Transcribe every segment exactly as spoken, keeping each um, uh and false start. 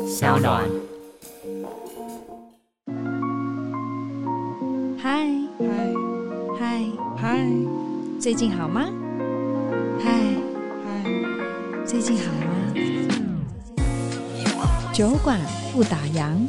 小暖。 嗨嗨嗨嗨，最近好吗？嗨嗨，最近好吗？酒馆不打烊。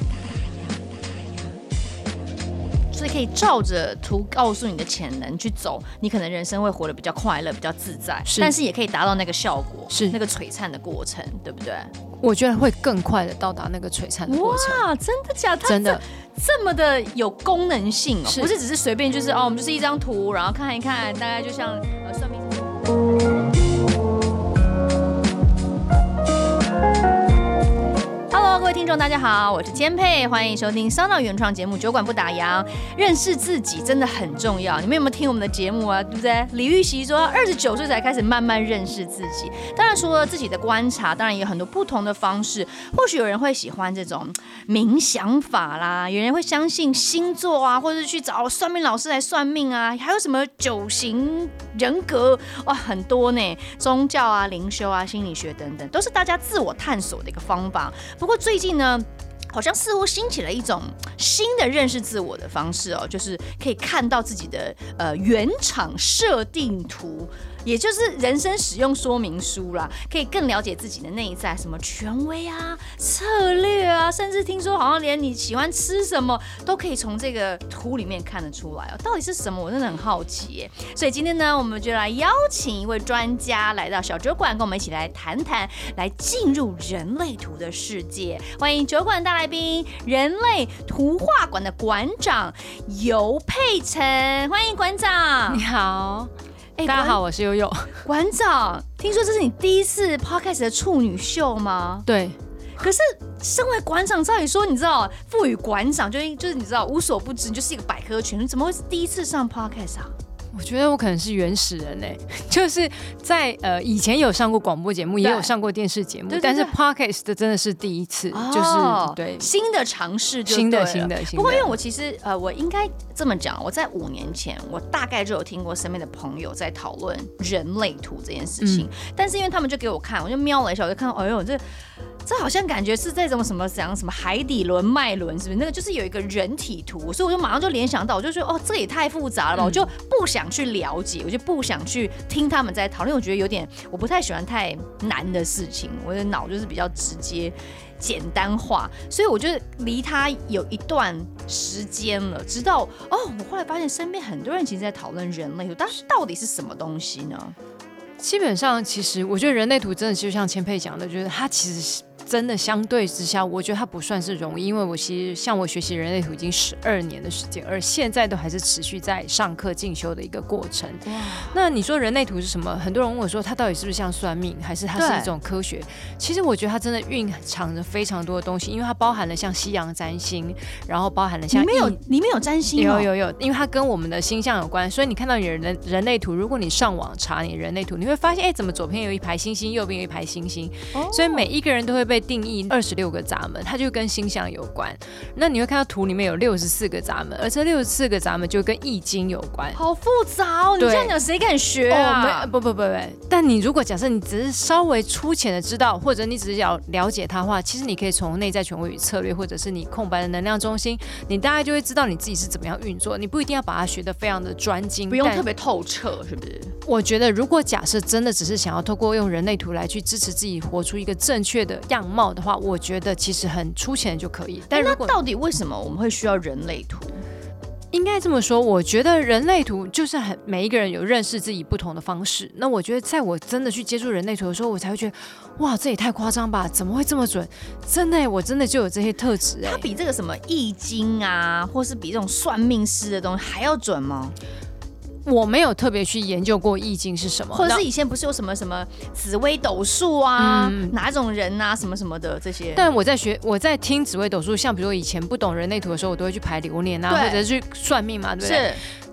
所以可以照着图告诉你的潜能去走，你可能人生会活得比较快乐、比较自在，是但是也可以达到那个效果，是那个璀璨的过程，对不对？ 我觉得会更快的到达那个璀璨的过程。 哇，真的假的？ 真的这么的有功能性哦，不是只是随便就是哦，我们就是一张图，然后看一看，大概就像呃算命。Hello， 各位听众，大家好，我是千佩，欢迎收听烧脑原创节目《酒馆不打烊》。认识自己真的很重要，你们有没有听我们的节目啊？对不对？李玉玺说，二十九岁才开始慢慢认识自己。当然，除了自己的观察，当然也有很多不同的方式。或许有人会喜欢这种冥想法啦，有人会相信星座啊，或者是去找算命老师来算命啊，还有什么九型人格哇，很多呢。宗教啊、灵修啊、心理学等等，都是大家自我探索的一个方法。不过最近呢，好像似乎兴起了一种新的认识自我的方式哦，就是可以看到自己的呃原厂设定图。也就是人生使用说明书啦，可以更了解自己的内在，什么权威啊、策略啊，甚至听说好像连你喜欢吃什么都可以从这个图里面看得出来哦。到底是什么？我真的很好奇耶。所以今天呢，我们就来邀请一位专家来到小酒馆，跟我们一起来谈谈，来进入人类图的世界。欢迎酒馆大来宾，人类图画馆的馆长尤佩岑，欢迎馆长。 你好。 欸、 大家好，我是悠悠。 馆长，听说这是你第一次 podcast 的处女秀吗？ 对。 可是身为馆长，照理说你知道，赋予馆长就是就是你知道无所不知，你就是一个百科全书，怎么会是第一次上 podcast 啊？ 我觉得我可能是原始人哎、欸，就是在呃以前有上过广播节目，也有上过电视节目，对对对，但是 podcast 的真的是第一次，哦、就是对新的尝试就对了， 新的新的新的。 不过因为我其实呃我应该这么讲，我在五年前我大概就有听过身边的朋友在讨论人类图这件事情，嗯、但是因为他们就给我看，我就瞄了一下，我就看到哎呦这。这好像感觉是这种什么讲什么海底轮、脉轮，是不是？那个就是有一个人体图，所以我就马上就联想到，我就说哦，这个也太复杂了吧，嗯、我就不想去了解，我就不想去听他们在讨论，我觉得有点我不太喜欢太难的事情，我的脑就是比较直接、简单化，所以我就离他有一段时间了，直到哦，我后来发现身边很多人其实在讨论人类图，但是到底是什么东西呢？ 基本上，其实我觉得人类图真的就像千佩讲的，就是它其实真的相对之下，我觉得它不算是容易，因为我其实像我学习人类图已经十二年的时间，而现在都还是持续在上课进修的一个过程。那你说人类图是什么？很多人问我说，它到底是不是像算命，还是它是一种科学？其实我觉得它真的蕴藏着非常多的东西，因为它包含了像西洋占星，然后包含了像里面有里面有占星、哦， 有有有，因为它跟我们的星象有关，所以你看到你的人人类图，如果你上网查你的人类图，你会发现，哎，怎么左边有一排星星，右边有一排星星，哦、所以每一个人都会被定义二十六个闸门，它就跟星象有关。那你会看到图里面有六十四个闸门，而这六十四个闸门就跟易经有关， 好复杂哦！你这样讲谁敢学啊？ 哦、不不不不，但你如果假设你只是稍微粗浅的知道，或者你只是要了解它的话，其实你可以从内在权威与策略，或者是你空白的能量中心，你大概就会知道你自己是怎么样运作。你不一定要把它学得非常的专精， 不用特别透彻，是不是？ 我觉得，如果假设真的只是想要透过用人类图来去支持自己活出一个正确的样貌的话，我觉得其实很粗浅就可以。 但那到底为什么我们会需要人类图？ 应该这么说，我觉得人类图就是很每一个人有认识自己不同的方式。那我觉得，在我真的去接触人类图的时候，我才会觉得，哇，这也太夸张吧？怎么会这么准？真的，我真的就有这些特质。 它比这个什么易经啊，或是比这种算命师的东西还要准吗？ 我没有特别去研究过易经是什么， 或者是以前不是有什么什么紫微斗数啊、嗯、哪种人啊什么什么的这些。 但我在学我在听紫微斗数，像比如说以前不懂人类图的时候，我都会去排流年啊，或者是去算命嘛，对不对？是。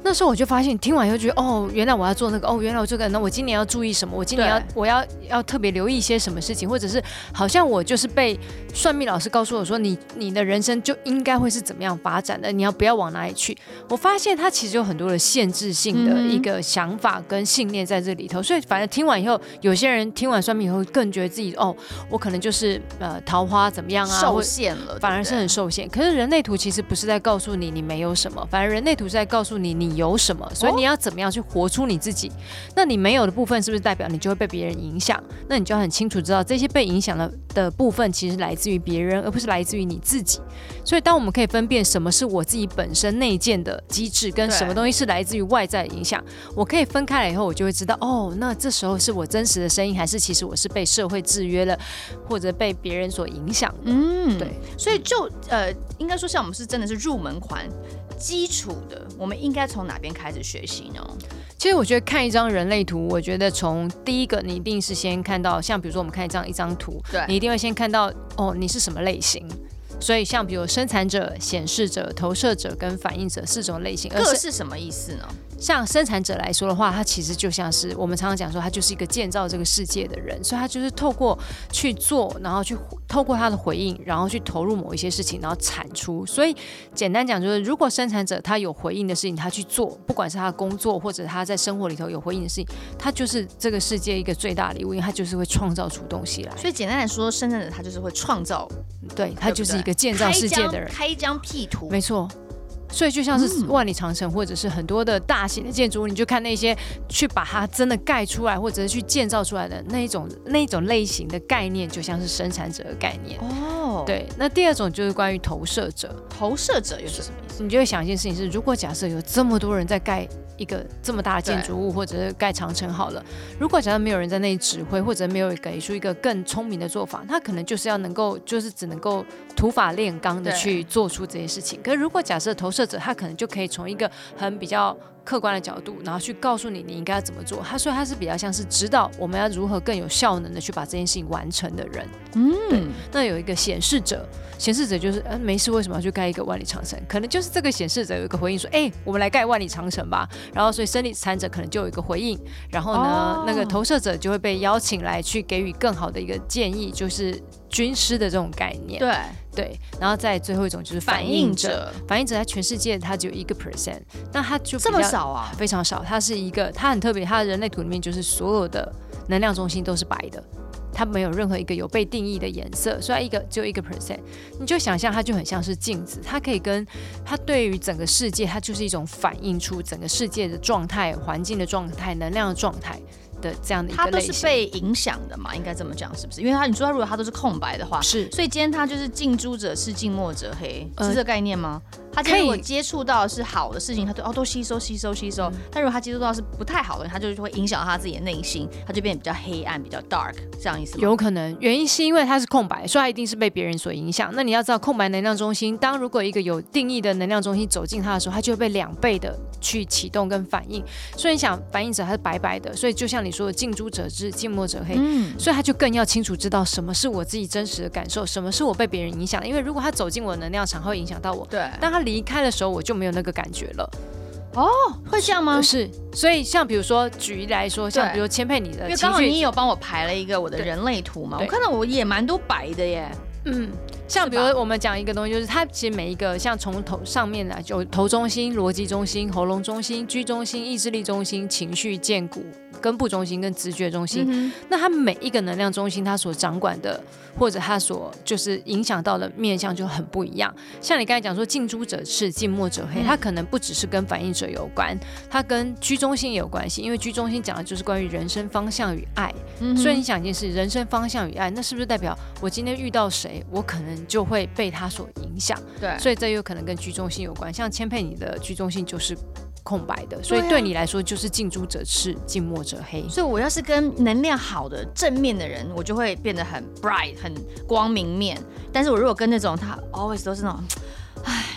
那时候我就发现，听完以后觉得，哦，原来我要做那个，哦，原来我这个，那我今年要注意什么？我今年要我要要特别留意一些什么事情，或者是好像我就是被算命老师告诉我说，你你的人生就应该会是怎么样发展的，你要不要往哪里去？我发现它其实有很多的限制性的一个想法跟信念在这里头，所以反正听完以后，有些人听完算命以后更觉得自己，哦，我可能就是呃桃花怎么样啊， 受限了， 反而是很受限。可是人类图其实不是在告诉你你没有什么，反而人类图是在告诉你你有什么，所以你要怎么样去活出你自己。那你没有的部分是不是代表你就会被别人影响？那你就要很清楚知道这些被影响的的部分其实来自于别人，而不是来自于你自己。所以当我们可以分辨什么是我自己本身内建的机制，跟什么东西是来自于外在的影响，我可以分开来以后，我就会知道，哦，那这时候是我真实的声音，还是其实我是被社会制约了，或者被别人所影响的。嗯，对。 所以就呃，应该说像我们是真的是入门款基础的，我们应该从哪边开始学习呢？ 其实我觉得看一张人类图，我觉得从第一个你一定是先看到，像比如说我们看一张一张图，你一定会先看到哦，你是什么类型。所以像比如生产者、显示者、投射者跟反应者四种类型， 各是什么意思呢？ 像生产者来说的话，他其实就像是我们常常讲说，他就是一个建造这个世界的人，所以他就是透过去做，然后去透过他的回应，然后去投入某一些事情，然后产出。所以简单讲就是，如果生产者他有回应的事情，他去做，不管是他的工作或者他在生活里头有回应的事情，他就是这个世界一个最大的礼物，因为他就是会创造出东西来。 所以简单来说，生产者他就是会创造， 对，他就是一个建造世界的人， 开一张屁图， 没错。所以就像是万里长城，或者是很多的大型的建筑物，你就看那些去把它真的盖出来，或者是去建造出来的那一种那一种类型的概念，就像是生产者的概念。哦，对。那第二种就是关于投射者， 投射者又是什么意思？ 你就会想一件事情是，如果假设有这么多人在盖一个这么大的建筑物，或者是盖长城好了，如果假设没有人在那里指挥，或者没有给出一个更聪明的做法，他可能就是要能够，就是只能够土法炼钢的去做出这些事情。可是如果假设投射者，他可能就可以从一个很比较客观的角度，然后去告诉你你应该要怎么做。他说他是比较像是指导我们要如何更有效能的去把这件事情完成的人。嗯，对。那有一个显示者，显示者就是，呃，没事为什么要去盖一个万里长城？可能就是这个显示者有一个回应说，哎、欸，我们来盖万里长城吧。然后所以生产者可能就有一个回应，然后呢，哦、那个投射者就会被邀请来去给予更好的一个建议，就是军师的这种概念。 对。 对，然后再最后一种就是反应者，反应者在全世界它只有一个 percent， 那它就这么少啊， 非常少。它是一个，它很特别，它的人类图里面就是所有的能量中心都是白的，它没有任何一个有被定义的颜色，所以一个只有一个 percent， 你就想象它就很像是镜子，它可以跟它对于整个世界，它就是一种反映出整个世界的状态、环境的状态、能量的状态。的这样的一个类型， 它都是被影响的嘛，应该这么讲是不是？因为它你说它如果它都是空白的话， 是， 所以今天它就是近朱者赤，近墨者黑，是这个概念吗？他今天如果接触到的是好的事情，他都哦都吸收吸收吸收。嗯、但如果他接触到的是不太好的，他就会影响到他自己的内心，他就变得比较黑暗、比较 dark， 这样意思吗？ 有可能，原因是因为它是空白，所以它一定是被别人所影响。那你要知道，空白能量中心，当如果一个有定义的能量中心走进它的时候，它就会被两倍的去启动跟反应。所以你想，反应者他是白白的，所以就像你说的，近朱者赤，近墨者黑，嗯、所以他就更要清楚知道什么是我自己真实的感受，什么是我被别人影响的。因为如果他走进我的能量场，会影响到我。 对， 当他离开的时候，我就没有那个感觉了。 哦，会这样吗？ 是，所以像比如说举例来说，像比如千佩你的情绪， 因为刚好你有帮我排了一个我的人类图嘛，我看到我也蛮多白的耶。 嗯，像比如我们讲一个东西，就是它其实每一个像从头上面来，就头中心、逻辑中心、喉咙中心、居中心、意志力中心、情绪、剑骨、根部中心跟直觉中心。嗯、那它每一个能量中心，它所掌管的或者它所就是影响到的面向就很不一样。像你刚才讲说近朱者赤，近墨者黑，它可能不只是跟反应者有关，它跟居中心也有关系，因为居中心讲的就是关于人生方向与爱。嗯、所以你想一件事，人生方向与爱，那是不是代表我今天遇到谁？我可能就会被他所影响， 对， 所以这有可能跟居中心有关。像千佩你的居中心就是空白的，所以对你来说就是近朱者赤，近墨者黑。 所以我要是跟能量好的正面的人，我就会变得很 bright， 很光明面。但是我如果跟那种他 always 都是那种，唉，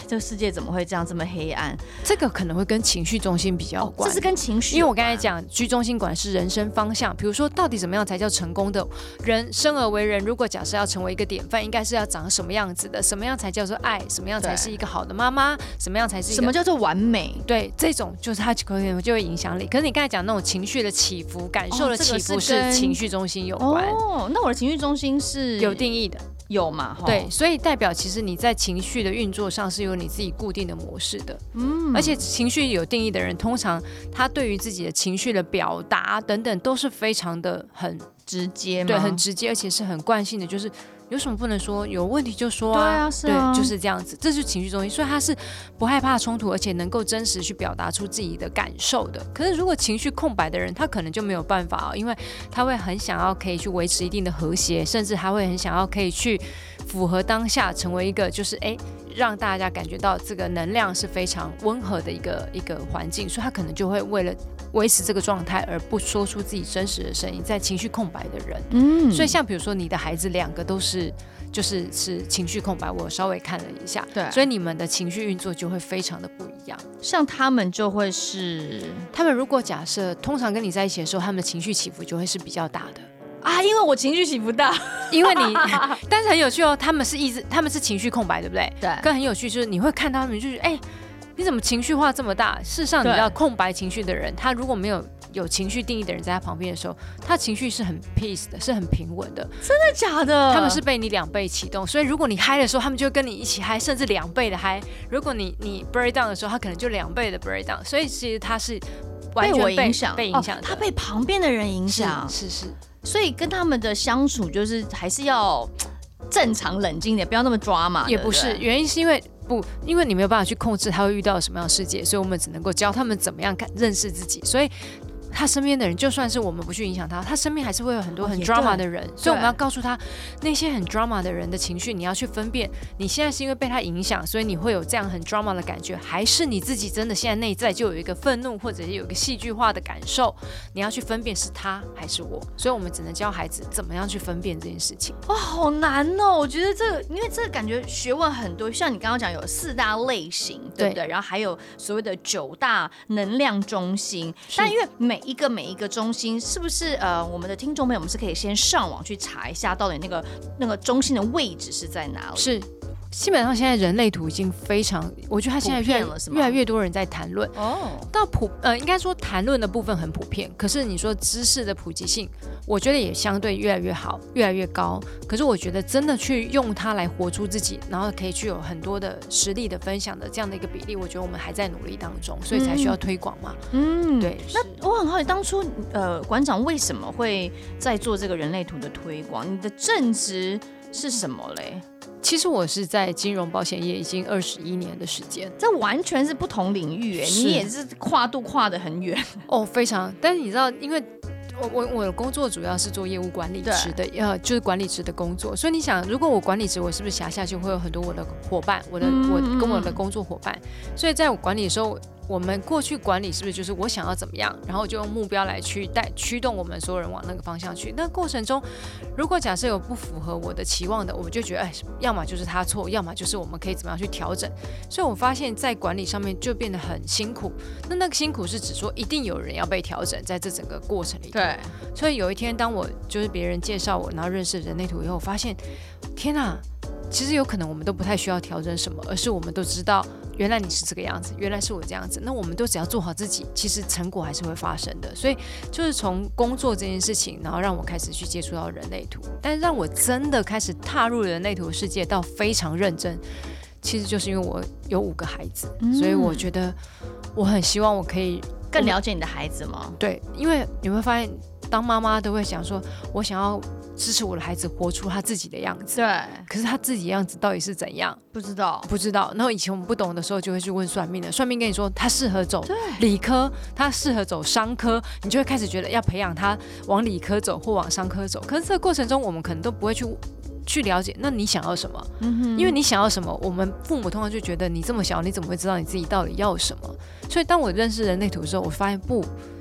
这个世界怎么会这样这么黑暗？ 这个可能会跟情绪中心比较有关、 哦、这是跟情绪有关， 因为我刚才讲居中心管是人生方向，比如说到底怎么样才叫成功的人，生而为人，如果假设要成为一个典范，应该是要长什么样子的，什么样才叫做爱，什么样才是一个好的妈妈，什么样才是一个什么叫做完美， 对，这种就是它可能就会影响你。可是你刚才讲那种情绪的起伏，感受的起伏是情绪中心有关。 哦，那我的情绪中心是有定义的， 有嘛？ 对，所以代表其实你在情绪的运作上是有你自己固定的模式的。嗯，而且情绪有定义的人，通常他对于自己的情绪的表达等等都是非常的很直接吗？ 对，很直接，而且是很惯性的，就是有什么不能说，有问题就说啊。 对啊，是啊， 对，就是这样子，这就是情绪中心，所以他是不害怕冲突，而且能够真实去表达出自己的感受的。可是如果情绪空白的人，他可能就没有办法、哦，因为他会很想要可以去维持一定的和谐，甚至他会很想要可以去符合当下，成为一个就是哎。让大家感觉到这个能量是非常温和的一个一个环境，所以他可能就会为了维持这个状态而不说出自己真实的声音，在情绪空白的人，嗯，所以像比如说你的孩子两个都是就是是情绪空白，我稍微看了一下， 对， 所以你们的情绪运作就会非常的不一样。 像他们就会是， 他们如果假设通常跟你在一起的时候，他们的情绪起伏就会是比较大的。 啊，因为我情绪起伏大， 因为你，但是很有趣哦，他们是一直他们是情绪空白，对不对？ 对。 更很有趣就是你会看到他们，就是哎，你怎么情绪化这么大？事实上，你知道空白情绪的人，他如果没有有情绪定义的人在他旁边的时候，他情绪是很 peace 的，是很平稳的。 真的假的？ 他们是被你两倍启动，所以如果你嗨的时候，他们就会跟你一起嗨，甚至两倍的嗨。如果你你 break down 的时候，他可能就两倍的 break down。所以其实他是完全被被我影响， 被影响的、 哦，他被旁边的人影响， 是 是, 是。 所以跟他们的相处就是还是要正常冷静点，不要那么抓嘛。 也不是， 对对， 原因是因为不，因为你没有办法去控制他会遇到什么样的世界，所以我们只能够教他们怎么样看认识自己。所以他身边的人，就算是我们不去影响他，他身边还是会有很多很 drama 的人，所以我们要告诉他，那些很 drama 的人的情绪，你要去分辨，你现在是因为被他影响，所以你会有这样很 drama 的感觉，还是你自己真的现在内在就有一个愤怒，或者是有一个戏剧化的感受，你要去分辨是他还是我。所以我们只能教孩子怎么样去分辨这件事情。 哇，好难哦！我觉得这个，因为这个感觉学问很多，像你刚刚讲有四大类型，对不对？然后还有所谓的九大能量中心，但因为每一个每一个中心是不是呃，我们的听众朋友们是可以先上网去查一下，到底那个那个中心的位置是在哪里？ 是。基本上现在人类图已经非常，我觉得它现在越越来越多人在谈论哦。到普呃，应该说谈论的部分很普遍，可是你说知识的普及性，我觉得也相对越来越好，越来越高。可是我觉得真的去用它来活出自己，然后可以具有很多的实力的分享的这样的一个比例，我觉得我们还在努力当中，所以才需要推广嘛。嗯，对。 那我很好奇，当初呃馆长为什么会在做这个人类图的推广？你的正职是什么嘞？ 其实我是在金融保险业已经二十一年的时间， 这完全是不同领域哎，你也是跨度跨得很远哦，非常。但是你知道，因为我我我的工作主要是做业务管理职的，呃，就是管理职的工作，所以你想，如果我管理职，我是不是辖下就会有很多我的伙伴，我的、嗯、我跟我的工作伙伴，所以在我管理的时候。我们过去管理是不是就是我想要怎么样，然后就用目标来去带驱动我们所有人往那个方向去？那过程中，如果假设有不符合我的期望的，我们就觉得，哎，要么就是他错，要么就是我们可以怎么样去调整。所以我发现，在管理上面就变得很辛苦。那那个辛苦是指说，一定有人要被调整，在这整个过程里头。 对。 所以有一天，当我就是别人介绍我，然后认识人类图以后，我发现，天哪！其实有可能我们都不太需要调整什么，而是我们都知道原来你是这个样子，原来是我这样子，那我们都只要做好自己，其实成果还是会发生的。所以就是从工作这件事情，然后让我开始去接触到人类图，但是让我真的开始踏入人类图世界到非常认真，其实就是因为我有五个孩子，嗯、所以我觉得我很希望我可以更了解你的孩子吗？ 对，因为你会发现当妈妈都会想说我想要支持我的孩子活出他自己的样子， 对。 可是他自己的样子到底是怎样？ 不知道， 不知道。然后以前我们不懂的时候，就会去问算命的，算命跟你说他适合走理科，他适合走商科，你就会开始觉得要培养他往理科走或往商科走。可是这个过程中，我们可能都不会去去了解，那你想要什么？嗯、因为你想要什么，我们父母通常就觉得你这么小，你怎么会知道你自己到底要什么？所以当我认识人类图的时候，我发现不。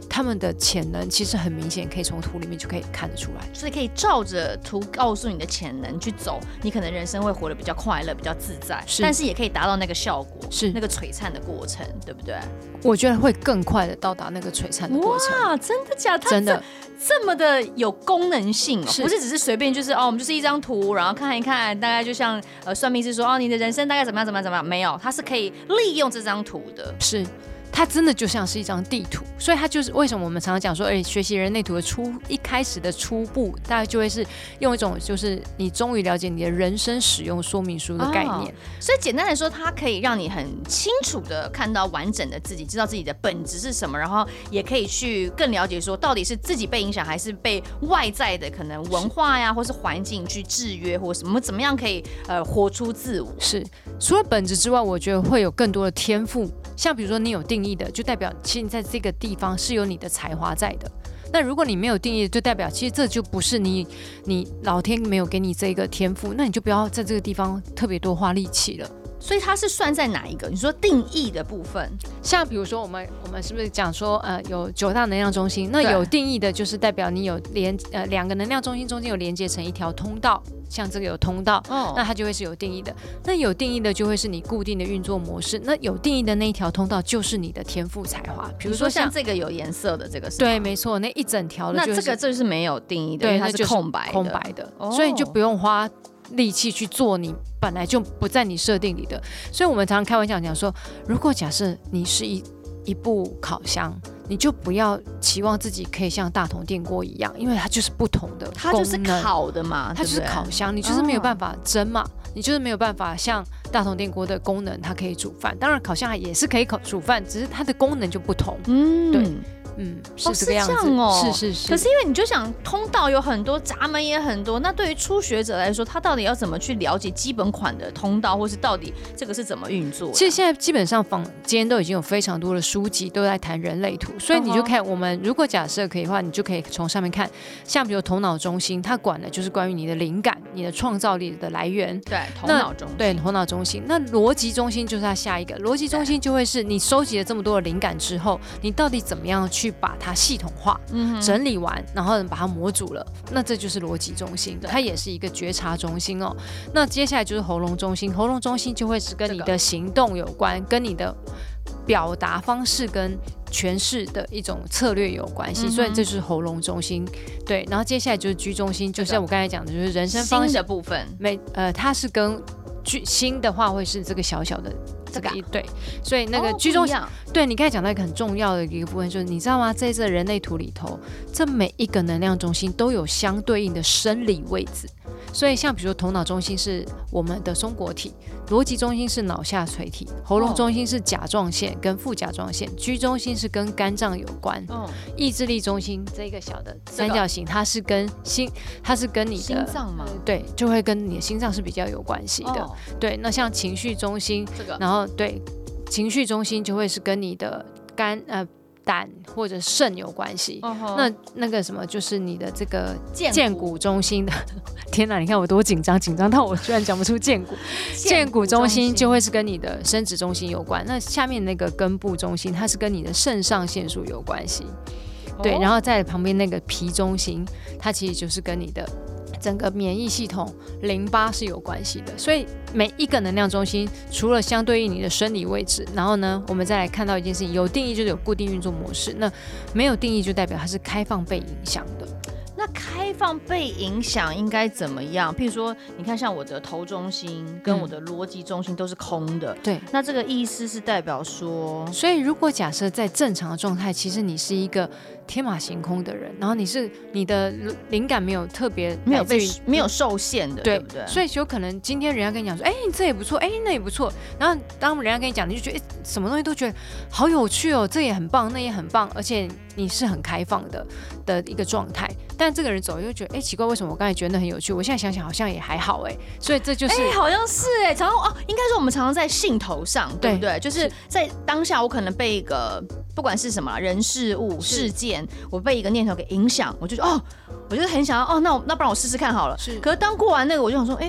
他们的潜能其实很明显，可以从图里面就可以看得出来。 所以可以照着图告诉你的潜能去走，你可能人生会活得比较快乐、比较自在，是但是也可以达到那个效果，是那个璀璨的过程，对不对？ 我觉得会更快的到达那个璀璨的过程。 哇，真的假的？ 真的。 这么的有功能性、哦，不是只是随便就是哦，我们就是一张图，然后看一看，大概就像呃算命师说哦，你的人生大概怎么样怎么样怎么样，没有，它是可以利用这张图的， 是。它真的就像是一张地图，所以它就是为什么我们常常讲说，哎，学习人类图的初一开始的初步，大概就会是用一种就是你终于了解你的人生使用说明书的概念。哦、 所以简单来说，它可以让你很清楚的看到完整的自己，知道自己的本质是什么，然后也可以去更了解说，到底是自己被影响，还是被外在的可能文化呀，或是环境去制约，或什么怎么样可以呃活出自我。 是，除了本质之外，我觉得会有更多的天赋。像比如说你有定义的，就代表其实在这个地方是有你的才华在的。那如果你没有定义，就代表其实这就不是你你老天没有给你这个天赋，那你就不要在这个地方特别多花力气了。 所以它是算在哪一个？你说定义的部分， 像比如说我们我们是不是讲说呃有九大能量中心？那有定义的就是代表你有连呃两个能量中心中间有连接成一条通道，像这个有通道，哦、那它就会是有定义的。那有定义的就会是你固定的运作模式。那有定义的那一条通道就是你的天赋才华。 比如说像这个有颜色的这个是， 对，没错，那一整条的、就是， 那这个就是没有定义的，对，它是空白的， 空白的，哦、所以你就不用花力气去做你本来就不在你设定里的。所以我们常常开玩笑讲说，如果假设你是一一部烤箱，你就不要期望自己可以像大同电锅一样，因为它就是不同的功能， 它就是烤的嘛， 它就是烤箱，你就是没有办法蒸嘛，哦、你就是没有办法像大同电锅的功能，它可以煮饭。当然烤箱也是可以煮饭，只是它的功能就不同。嗯，对。嗯，是这个样子， 哦是这样哦， 是是是。 可是因为你就想，通道有很多，闸门也很多，那对于初学者来说，他到底要怎么去了解基本款的通道，或是到底这个是怎么运作？ 其实现在基本上坊间都已经有非常多的书籍都在谈人类图，所以你就看我们如果假设可以的话，你就可以从上面看，像比如头脑中心，它管的就是关于你的灵感、你的创造力的来源。 对，头脑中心。 对，头脑中心。那逻辑中心就是它下一个，逻辑中心就会是你收集了这么多的灵感之后，你到底怎么样去把它系统化、嗯、整理完，然后把它模组了，那这就是逻辑中心，它也是一个觉察中心哦。那接下来就是喉咙中心，喉咙中心就会是跟你的行动有关，跟你的表达方式跟诠释的一种策略有关系，嗯、所以这就是喉咙中心。对，然后接下来就是居中心，就像我刚才讲的，就是人生方向的部分。 没，呃，它是跟居心的话会是这个小小的。这个对，所以那个居中心、哦，对你刚才讲到一个很重要的一个部分，就是你知道吗？在这人类图里头，这每一个能量中心都有相对应的生理位置。所以像比如说头脑中心是我们的松果体，逻辑中心是脑下垂体，喉咙中心是甲状腺跟副甲状腺，居中心是跟肝脏有关，哦、意志力中心这个小的三角形，它是跟心，它是跟你的心脏吗？ 对，就会跟你的心脏是比较有关系的。哦、对，那像情绪中心，这个然后对，情绪中心就会是跟你的肝呃。胆或者肾有关系， uh-huh. 那那个什么就是你的这个剑骨中心的，天哪！你看我多紧张，紧张到我居然讲不出剑骨。剑骨中心就会是跟你的生殖中心有关，那下面那个根部中心，它是跟你的肾上腺素有关系。对， oh. 然后在旁边那个脾中心，它其实就是跟你的整个免疫系统、淋巴是有关系的。所以每一个能量中心，除了相对应你的生理位置，然后呢，我们再来看到一件事情：有定义就是有固定运作模式，那没有定义就代表它是开放被影响的。 那开放被影响应该怎么样？譬如说，你看像我的头中心跟我的逻辑中心都是空的， 嗯、对， 那这个意思是代表说， 所以如果假设在正常的状态，其实你是一个天马行空的人，然后你是你的灵感没有特别没有被没有受限的， 对, 对不对？ 所以有可能今天人家跟你讲说，哎，这也不错，哎，那也不错，然后当人家跟你讲，你就觉得，哎，什么东西都觉得好有趣哦，这也很棒，那也很棒，而且你是很开放的的一个状态。但这个人走又觉得，哎，奇怪，为什么我刚才觉得那很有趣，我现在想想好像也还好，哎，所以这就是， 哎，好像是哎，常常哦，应该说我们常常在兴头上，对不对？就是在当下，我可能被一个不管是什么人事物事件，我被一个念头给影响，我就哦，我就很想要哦，那我那不然我试试看好了。是，可是当过完那个，我就想说，哎。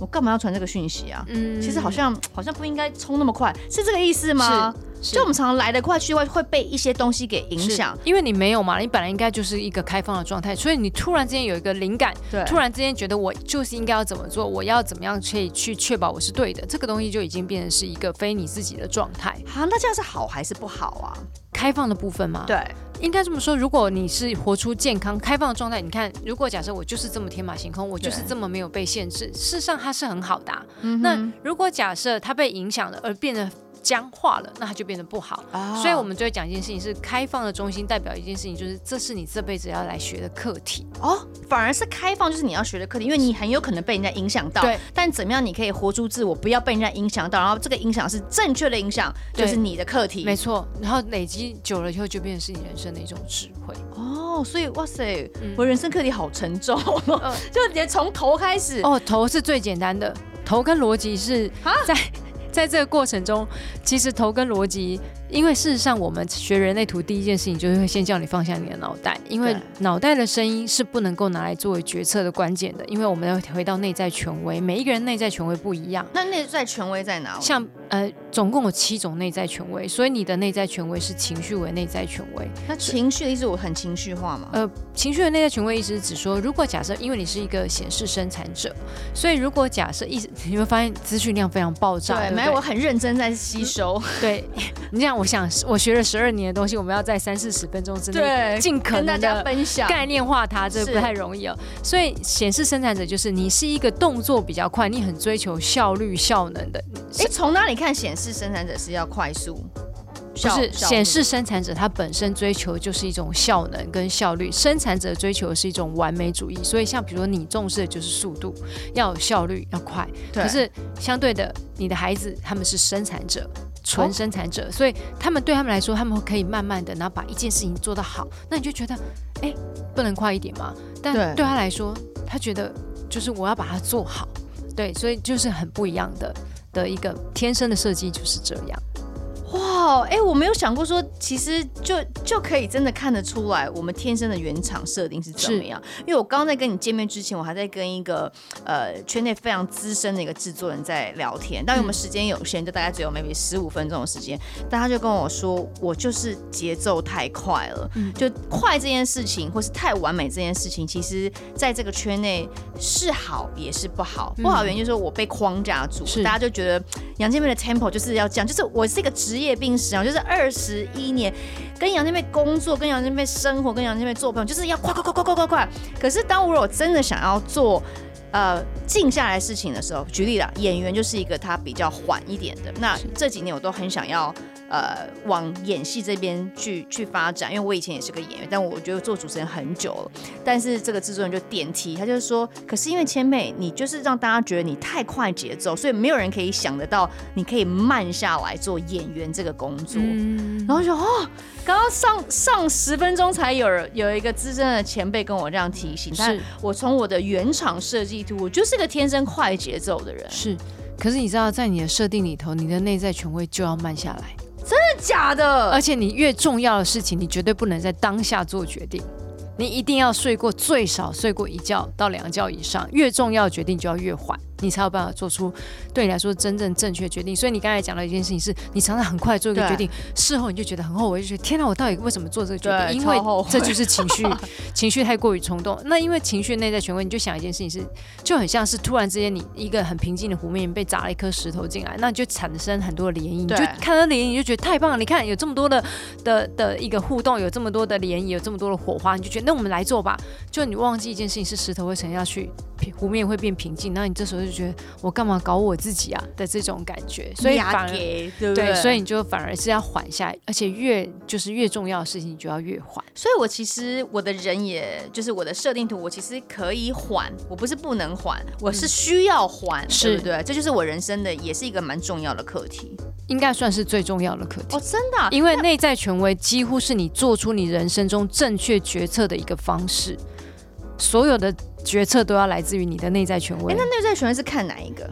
我干嘛要传这个讯息啊？ 嗯， 其实好像好像不应该冲那么快，是这个意思吗？就我们常常来得快去快，会被一些东西给影响， 因为你没有嘛，你本来应该就是一个开放的状态，所以你突然之间有一个灵感，突然之间觉得我就是应该要怎么做，我要怎么样可以去确保我是对的，这个东西就已经变成是一个非你自己的状态。 好，那这样是好还是不好啊？ 开放的部分嘛， 对， 应该这么说。如果你是活出健康、开放的状态，你看，如果假设我就是这么天马行空，我就是这么没有被限制，事实上它是很好的、啊嗯。那如果假设它被影响了而变得僵化了，那它就变得不好。哦、所以我们就会讲一件事情是开放的中心，代表一件事情就是这是你这辈子要来学的课题。 哦，反而是开放就是你要学的课题，因为你很有可能被人家影响到。对。但怎么样你可以活出自我，不要被人家影响到，然后这个影响是正确的影响，就是你的课题。 没错。然后累积久了以后，就变成是你人生的一种智慧。 哦，所以哇塞，嗯、我人生课题好沉重，呃、就连从头开始。 哦，头是最简单的，头跟逻辑是在。在这个过程中，其实头跟逻辑，因为事实上我们学人类图第一件事情就是会先叫你放下你的脑袋，因为脑袋的声音是不能够拿来作为决策的关键的，因为我们要回到内在权威，每一个人内在权威不一样。 那内在权威在哪？ 像呃，总共有七种内在权威，所以你的内在权威是情绪为内在权威。 那情绪的意思，我很情绪化吗？ 呃，情绪的内在权威意思是指说，如果假设因为你是一个显示生产者，所以如果假设意思，你会发现资讯量非常爆炸。 对，没有，我很认真在吸收。 嗯、对，你这样，我想我学了十二年的东西，我们要在三四十分钟之内尽可能的分享概念化它，这不太容易哦。所以显示生产者就是你是一个动作比较快，你很追求效率效能的。 哎，从哪里看显示生产者是要快速？ 不是显示生产者，他本身追求就是一种效能跟效率，生产者追求的是一种完美主义。所以像比如说你重视的就是速度，要有效率，要快。可是相对的，你的孩子他们是生产者，纯生产者，哦、所以他们对他们来说，他们可以慢慢的，然后把一件事情做得好。那你就觉得，哎，不能快一点吗？但对他来说，他觉得就是我要把它做好。对，所以就是很不一样的的一个天生的设计就是这样。 哇，哎，我没有想过说，其实就就可以真的看得出来，我们天生的原厂设定是怎么样。因为我刚刚在跟你见面之前，我还在跟一个呃圈内非常资深的一个制作人在聊天，但我们时间有限，就大概只有 maybe 十五分钟的时间，但他就跟我说，我就是节奏太快了，嗯、就快这件事情，或是太完美这件事情，其实在这个圈内是好也是不好。嗯、不好原因就是说我被框架住，大家就觉得杨建妹的 tempo 就是要这样，就是我是一个职业病史啊，就是二十一年跟杨建妹工作，跟杨建妹生活，跟杨建妹做朋友，就是要快快快快快快快。可是当我真的想要做呃静下来事情的时候，举例啦，演员就是一个他比较缓一点的。那这几年我都很想要呃往演戏这边去去发展，因为我以前也是个演员，但我觉得做主持人很久了。但是这个制作人就点题，他就是说，可是因为千妹你就是让大家觉得你太快节奏，所以没有人可以想得到你可以慢下来做演员这个工作。嗯、然后就哦，刚刚上上十分钟才有有一个资深的前辈跟我这样提醒，但我从我的原厂设计图，我就是个天生快节奏的人。 是，可是你知道，在你的设定里头，你的内在权威就要慢下来。 真的假的？ 而且你越重要的事情，你绝对不能在当下做决定，你一定要睡过最少睡过一觉到两觉以上，越重要的决定就要越缓，你才有办法做出对你来说真正正确的决定。所以你刚才讲的一件事情是，你常常很快做一个决定，事后你就觉得很后悔，就觉得天哪，我到底为什么做这个决定？因为这就是情绪，情绪太过于冲动。那因为情绪内在权威，你就想一件事情是，就很像是突然之间你一个很平静的湖面被砸了一颗石头进来，那你就产生很多的涟漪，你就看到涟漪你就觉得太棒了，你看有这么多的的的一个互动，有这么多的涟漪，有这么多的火花，你就觉得那我们来做吧。就你忘记一件事情是石头会沉下去，湖面会变平静，然后你这时候就觉得我干嘛搞我自己啊的这种感觉，所以反而对不对？对，所以你就反而是要缓下来，而且越就是越重要的事情你就要越缓。 所以我其实我的人也就是我的设定图，我其实可以缓，我不是不能缓，我是需要缓，嗯、对不对？这就是我人生的也是一个蛮重要的课题， 应该算是最重要的课题。 哦，真的、啊， 因为内在权威几乎是你做出你人生中正确决策的一个方式，所有的决策都要来自于你的内在权威。 那内在权威是看哪一个？ 你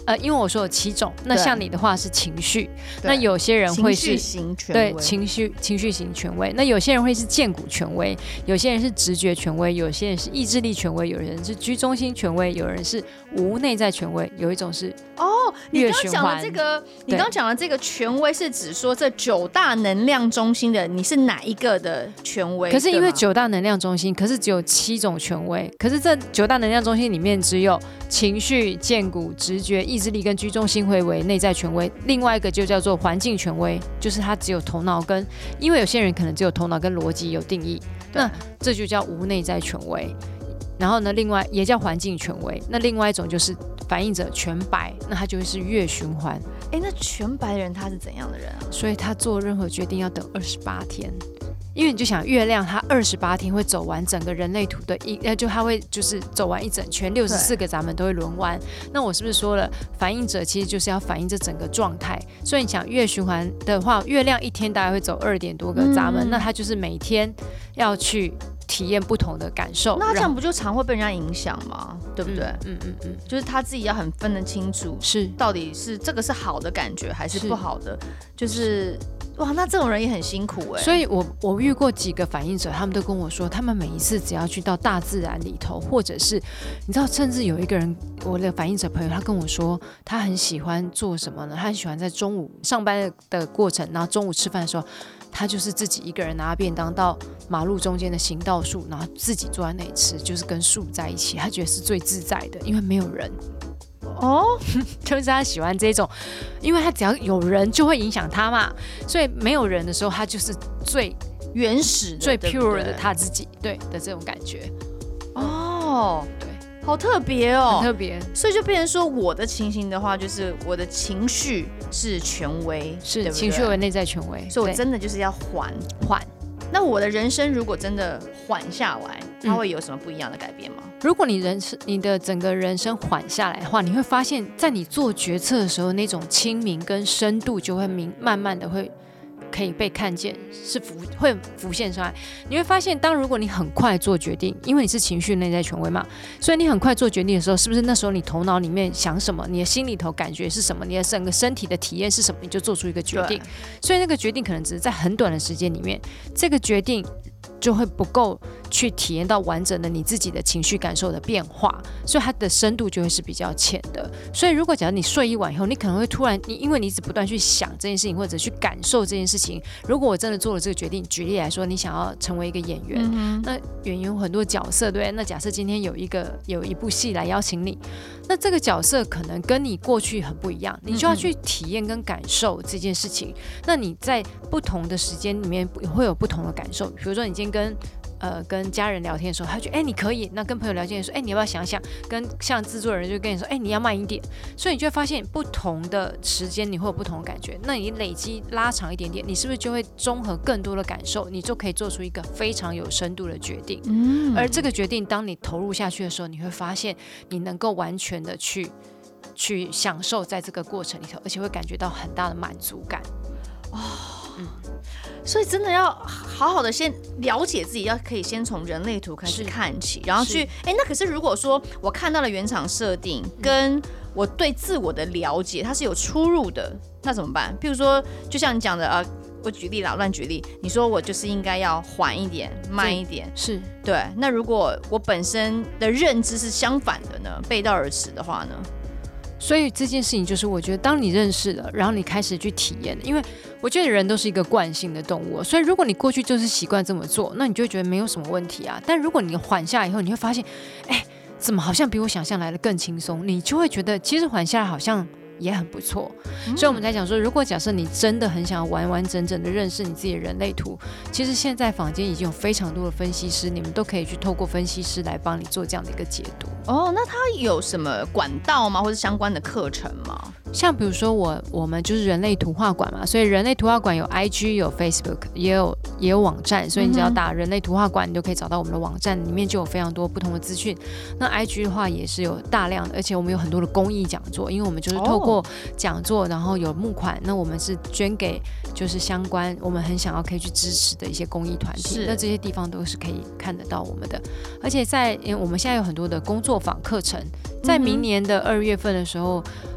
呃，因为我说有七种，那像你的话是情绪，那有些人会是情绪型权威， 对情绪情绪型权威，那有些人会是荐股权威，有些人是直觉权威，有些人是意志力权威，有人是居中心权威，有人是无内在权威，有一种是哦，你刚刚讲的这个，你对刚刚讲的这个权威是指说这九大能量中心的你是哪一个的权威？ 可是因为对吗九大能量中心，可是只有七种权威，可是这九大能量中心里面只有情绪、荐股、直觉、意志力跟居中心会为内在权威，另外一个就叫做环境权威，就是它只有头脑跟，因为有些人可能只有头脑跟逻辑有定义，那这就叫无内在权威。然后呢，另外也叫环境权威。那另外一种就是反映者全白，那他就会是月循环。 哎，那全白的人他是怎样的人啊？ 所以他做任何决定要等二十八天。因为你就想月亮它二十八天会走完整个人类图的一呃，就它会就是走完一整圈，六十四个闸门都会轮完。那我是不是说了，反映者其实就是要反映这整个状态？所以你想月循环的话，月亮一天大概会走二点多个闸门，嗯、那它就是每天要去体验不同的感受。 那这样不就常会被人家影响吗？对不对？ 嗯嗯嗯， 就是他自己要很分得清楚， 是到底是这个是好的感觉还是不好的，就是哇，那这种人也很辛苦哎、欸。 所以我我遇过几个反映者，他们都跟我说，他们每一次只要去到大自然里头，或者是你知道，甚至有一个人，我的反映者朋友，他跟我说，他很喜欢做什么呢？他很喜欢在中午上班的过程，然后中午吃饭的时候，他就是自己一个人拿便当到马路中间的行道树，然后自己坐在那里吃，就是跟树在一起，他觉得是最自在的，因为没有人。 哦， 就是他喜欢这种，因为他只要有人就会影响他嘛，所以没有人的时候，他就是最原始的、 最 pure 对对的他自己，对的这种感觉。 哦， 对， 好特别哦， 很特别。 所以就变成说，我的情形的话，就是我的情绪是权威， 是对不对情绪为内在权威， 所以我真的就是要缓缓。 那我的人生如果真的缓下来，它会有什么不一样的改变吗？ 嗯、如果你人生你的整个人生缓下来的话，你会发现在你做决策的时候，那种清明跟深度就会明慢慢的会可以被看见，是浮会浮现上来。你会发现，当如果你很快做决定，因为你是情绪内在权威嘛，所以你很快做决定的时候，是不是那时候你头脑里面想什么，你的心里头感觉是什么，你的整个身体的体验是什么，你就做出一个决定。所以那个决定可能只是在很短的时间里面，这个决定就会不够去体验到完整的你自己的情绪感受的变化，所以它的深度就会是比较浅的。所以如果假如你睡一晚以后，你可能会突然，你因为你一直不断去想这件事情，或者去感受这件事情。如果我真的做了这个决定，举例来说，你想要成为一个演员，嗯、那演员有很多角色，对不对？那假设今天有一个有一部戏来邀请你，那这个角色可能跟你过去很不一样，你就要去体验跟感受这件事情。嗯、那你在不同的时间里面会有不同的感受，比如说你今天跟呃，跟家人聊天的时候，他觉得哎、欸、你可以，那跟朋友聊天的时候，哎、欸、你要不要想想？跟像制作人就跟你说，哎、欸、你要慢一点，所以你就会发现不同的时间你会有不同的感觉。那你累积拉长一点点，你是不是就会综合更多的感受？你就可以做出一个非常有深度的决定。嗯，而这个决定当你投入下去的时候，你会发现你能够完全的去去享受在这个过程里头，而且会感觉到很大的满足感。 哦。嗯，所以真的要好好的先了解自己，要可以先从人类图开始看起，然后去哎，那可是如果说我看到了原厂设定，跟我对自我的了解它是有出入的，那怎么办？譬如说，就像你讲的啊，我举例啦，乱举例，你说我就是应该要缓一点、慢一点， 是对。那如果我本身的认知是相反的呢，背道而驰的话呢？ 所以这件事情就是，我觉得当你认识了，然后你开始去体验，因为我觉得人都是一个惯性的动物，所以如果你过去就是习惯这么做，那你就会觉得没有什么问题啊。但如果你缓下来以后，你会发现，哎，怎么好像比我想象来的更轻松？你就会觉得，其实缓下来好像也很不错。嗯、所以我们在讲说，如果假设你真的很想要完完整整的认识你自己的人类图，其实现在坊间已经有非常多的分析师，你们都可以去透过分析师来帮你做这样的一个解读。 哦，那它有什么管道吗？或者相关的课程吗？ 像比如说我我们就是人类图画馆嘛，所以人类图画馆有 I G 有 Facebook 也有也有网站，所以你只要打人类图画馆，你就可以找到我们的网站，里面就有非常多不同的资讯。那 I G 的话也是有大量的，而且我们有很多的公益讲座，因为我们就是透过讲座，然后有募款，那我们是捐给就是相关我们很想要可以去支持的一些公益团体，那这些地方都是可以看得到我们的。而且在我们现在有很多的工作坊课程，在明年的二月份的时候。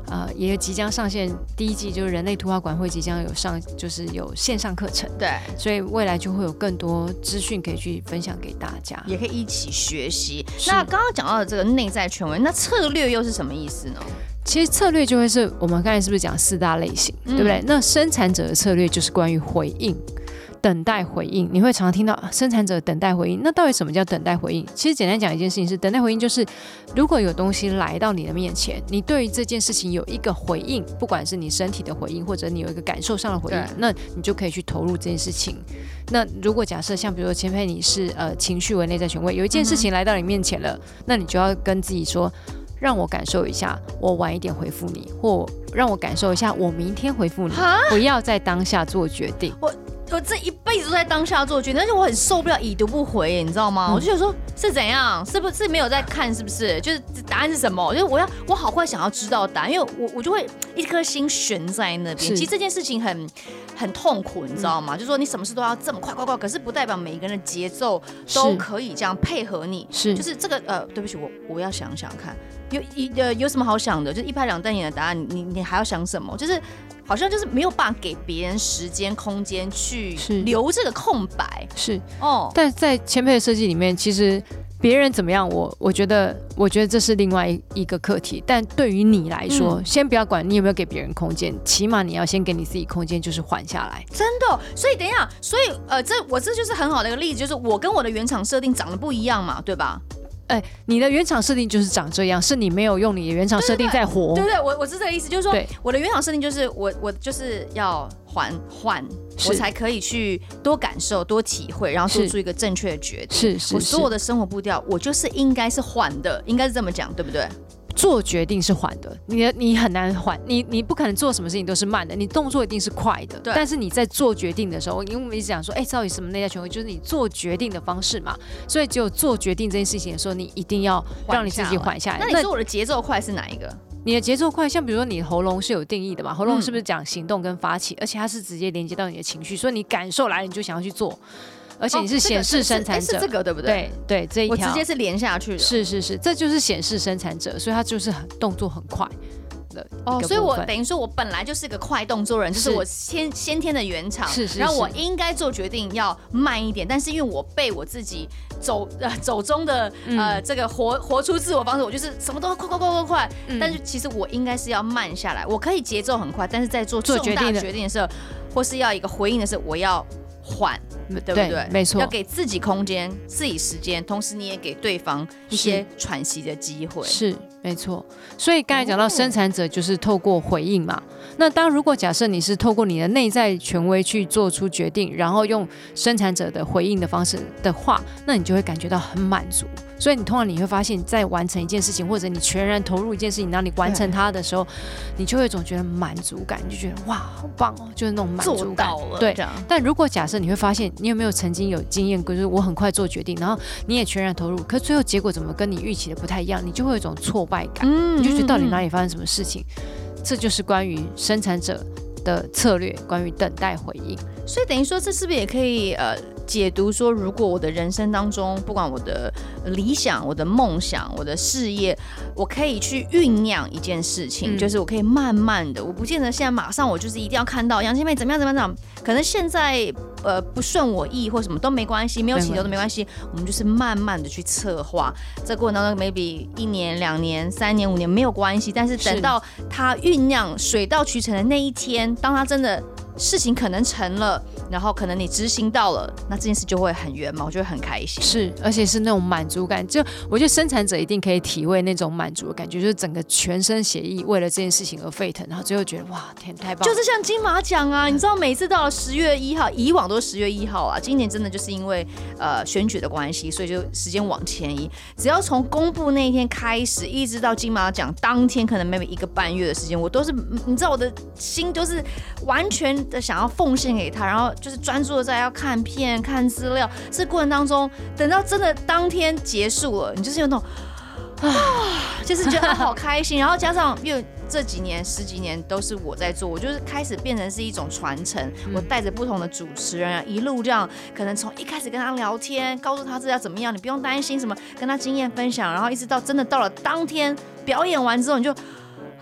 呃也即将上线第一季，就是人类图画馆会即将有上，就是有线上课程， 对， 所以未来就会有更多资讯可以去分享给大家， 也可以一起学习。那刚刚讲到的这个内在权威，那策略又是什么意思呢？ 其实策略就会是我们刚才是不是讲四大类型，嗯、对不对？那生产者的策略就是关于回应。等待回应，你会常常听到生产者等待回应。那到底什么叫等待回应？其实简单讲一件事情是，等待回应就是如果有东西来到你的面前，你对于这件事情有一个回应，不管是你身体的回应，或者你有一个感受上的回应，那你就可以去投入这件事情。那如果假设像比如说前辈你是呃情绪为内在权威，有一件事情来到你面前了，嗯、那你就要跟自己说，让我感受一下，我晚一点回复你，或让我感受一下，我明天回复你，不要在当下做决定。 我我这一辈子都在当下做决定，但是我很受不了已读不回，你知道吗？嗯、我就想说，是怎样？是不是没有在看？是不是？就是答案是什么？就是我要，我好快想要知道答案，因为我我就会一颗心悬在那边。其实这件事情很很痛苦，你知道吗？嗯、就是说你什么事都要这么快快快，可是不代表每一个人的节奏都可以这样配合你。是，就是这个呃，对不起，我我要想想看，有一呃有什么好想的？就是一拍两瞪眼的答案，你你还要想什么？就是。好像就是没有办法给别人时间空间去留这个空白， 是哦。但在前辈的设计里面，其实别人怎么样，我我觉得，我觉得这是另外一个课题。但对于你来说，嗯、先不要管你有没有给别人空间，起码你要先给你自己空间，就是缓下来。 真的，所以等一下，所以呃，这我这就是很好的一个例子，就是我跟我的原厂设定长得不一样嘛，对吧？ 哎、欸，你的原厂设定就是长这样，是你没有用你的原厂设定在活。 对对对，我我是这个意思，就是说我的原厂设定就是我我就是要缓缓，我才可以去多感受、多体会，然后做出一个正确的决定。是是是，我所有的生活步调，我就是应该是缓的，应该是这么讲，对不对？ 做决定是缓的，你的你很难缓，你你不可能做什么事情都是慢的，你动作一定是快的。但是你在做决定的时候，因为我们一直讲说，哎、欸，到底什么内在权威，就是你做决定的方式嘛。所以只有做决定这件事情的时候，你一定要让你自己缓下来。 那你说我的节奏快是哪一个？ 你的节奏快，像比如说你喉咙是有定义的嘛，喉咙是不是讲行动跟发起，嗯、而且它是直接连接到你的情绪，所以你感受来了你就想要去做。而且你是显示生产者，哦、这个、是, 是, 是这个对不对？对对，这一条我直接是连下去的。 是是是，这就是显示生产者，所以他就是很动作很快的哦。 所以我等于说我本来就是个快动作人，就是我先先天的原厂，是是是，然后我应该做决定要慢一点，但是因为我被我自己走呃走中的呃、嗯、这个活活出自我方式，我就是什么都快快快快快，嗯、但是其实我应该是要慢下来，我可以节奏很快，但是在做重大决定的时候，或是要一个回应的时候，我要缓。对不对？对， 没错， 要给自己空间、自己时间，同时你也给对方一些喘息的机会。 是，没错。所以刚才讲到生产者就是透过回应嘛。哦、那当如果假设你是透过你的内在权威去做出决定，然后用生产者的回应的方式的话，那你就会感觉到很满足。所以你通常你会发现，在完成一件事情，或者你全然投入一件事情，当你完成它的时候，你就会总觉得满足感，你就觉得哇，好棒哦，就是那种满足感。 做到了， 对。但如果假设你会发现，你有没有曾经有经验过，就是我很快做决定，然后你也全然投入，可是最后结果怎么跟你预期的不太一样，你就会有一种挫败感，嗯、你就觉得到底哪里发生什么事情？这就是关于生产者的策略，关于等待回应。 所以等于说，这是不是也可以呃解读说，如果我的人生当中，不管我的理想、我的梦想、我的事业，我可以去酝酿一件事情，嗯、就是我可以慢慢的，我不见得现在马上我就是一定要看到杨千妹怎么样怎么样怎么样，可能现在呃不顺我意或什么都没关系，没有起头都没关系，我们就是慢慢的去策划，这过程当中 maybe 一年、两年、三年、五年没有关系，但是等到它酝酿水到渠成的那一天，当它真的事情可能成了，然后可能你执行到了，那这件事就会很圆满，我就会很开心。 是，而且是那种满足感，就我觉得生产者一定可以体会那种满足的感觉，就是整个全身血液为了这件事情而沸腾，然后最后觉得哇，天，太棒了！ 就是像金马奖啊，你知道每次到了十月一号，以往都是十月一号啊，今年真的就是因为呃选举的关系，所以就时间往前移。只要从公布那一天开始，一直到金马奖当天，可能 maybe 一个半月的时间，我都是你知道我的心都是完全的想要奉献给他，然后就是专注的在要看片、看资料。这过程当中，等到真的当天结束了，你就是有那种啊，就是觉得好开心。然后加上因为这几年、十几年都是我在做，我就是开始变成是一种传承。嗯、我带着不同的主持人、啊，一路这样，可能从一开始跟他聊天，告诉他这要怎么样，你不用担心什么，跟他经验分享，然后一直到真的到了当天表演完之后，你就。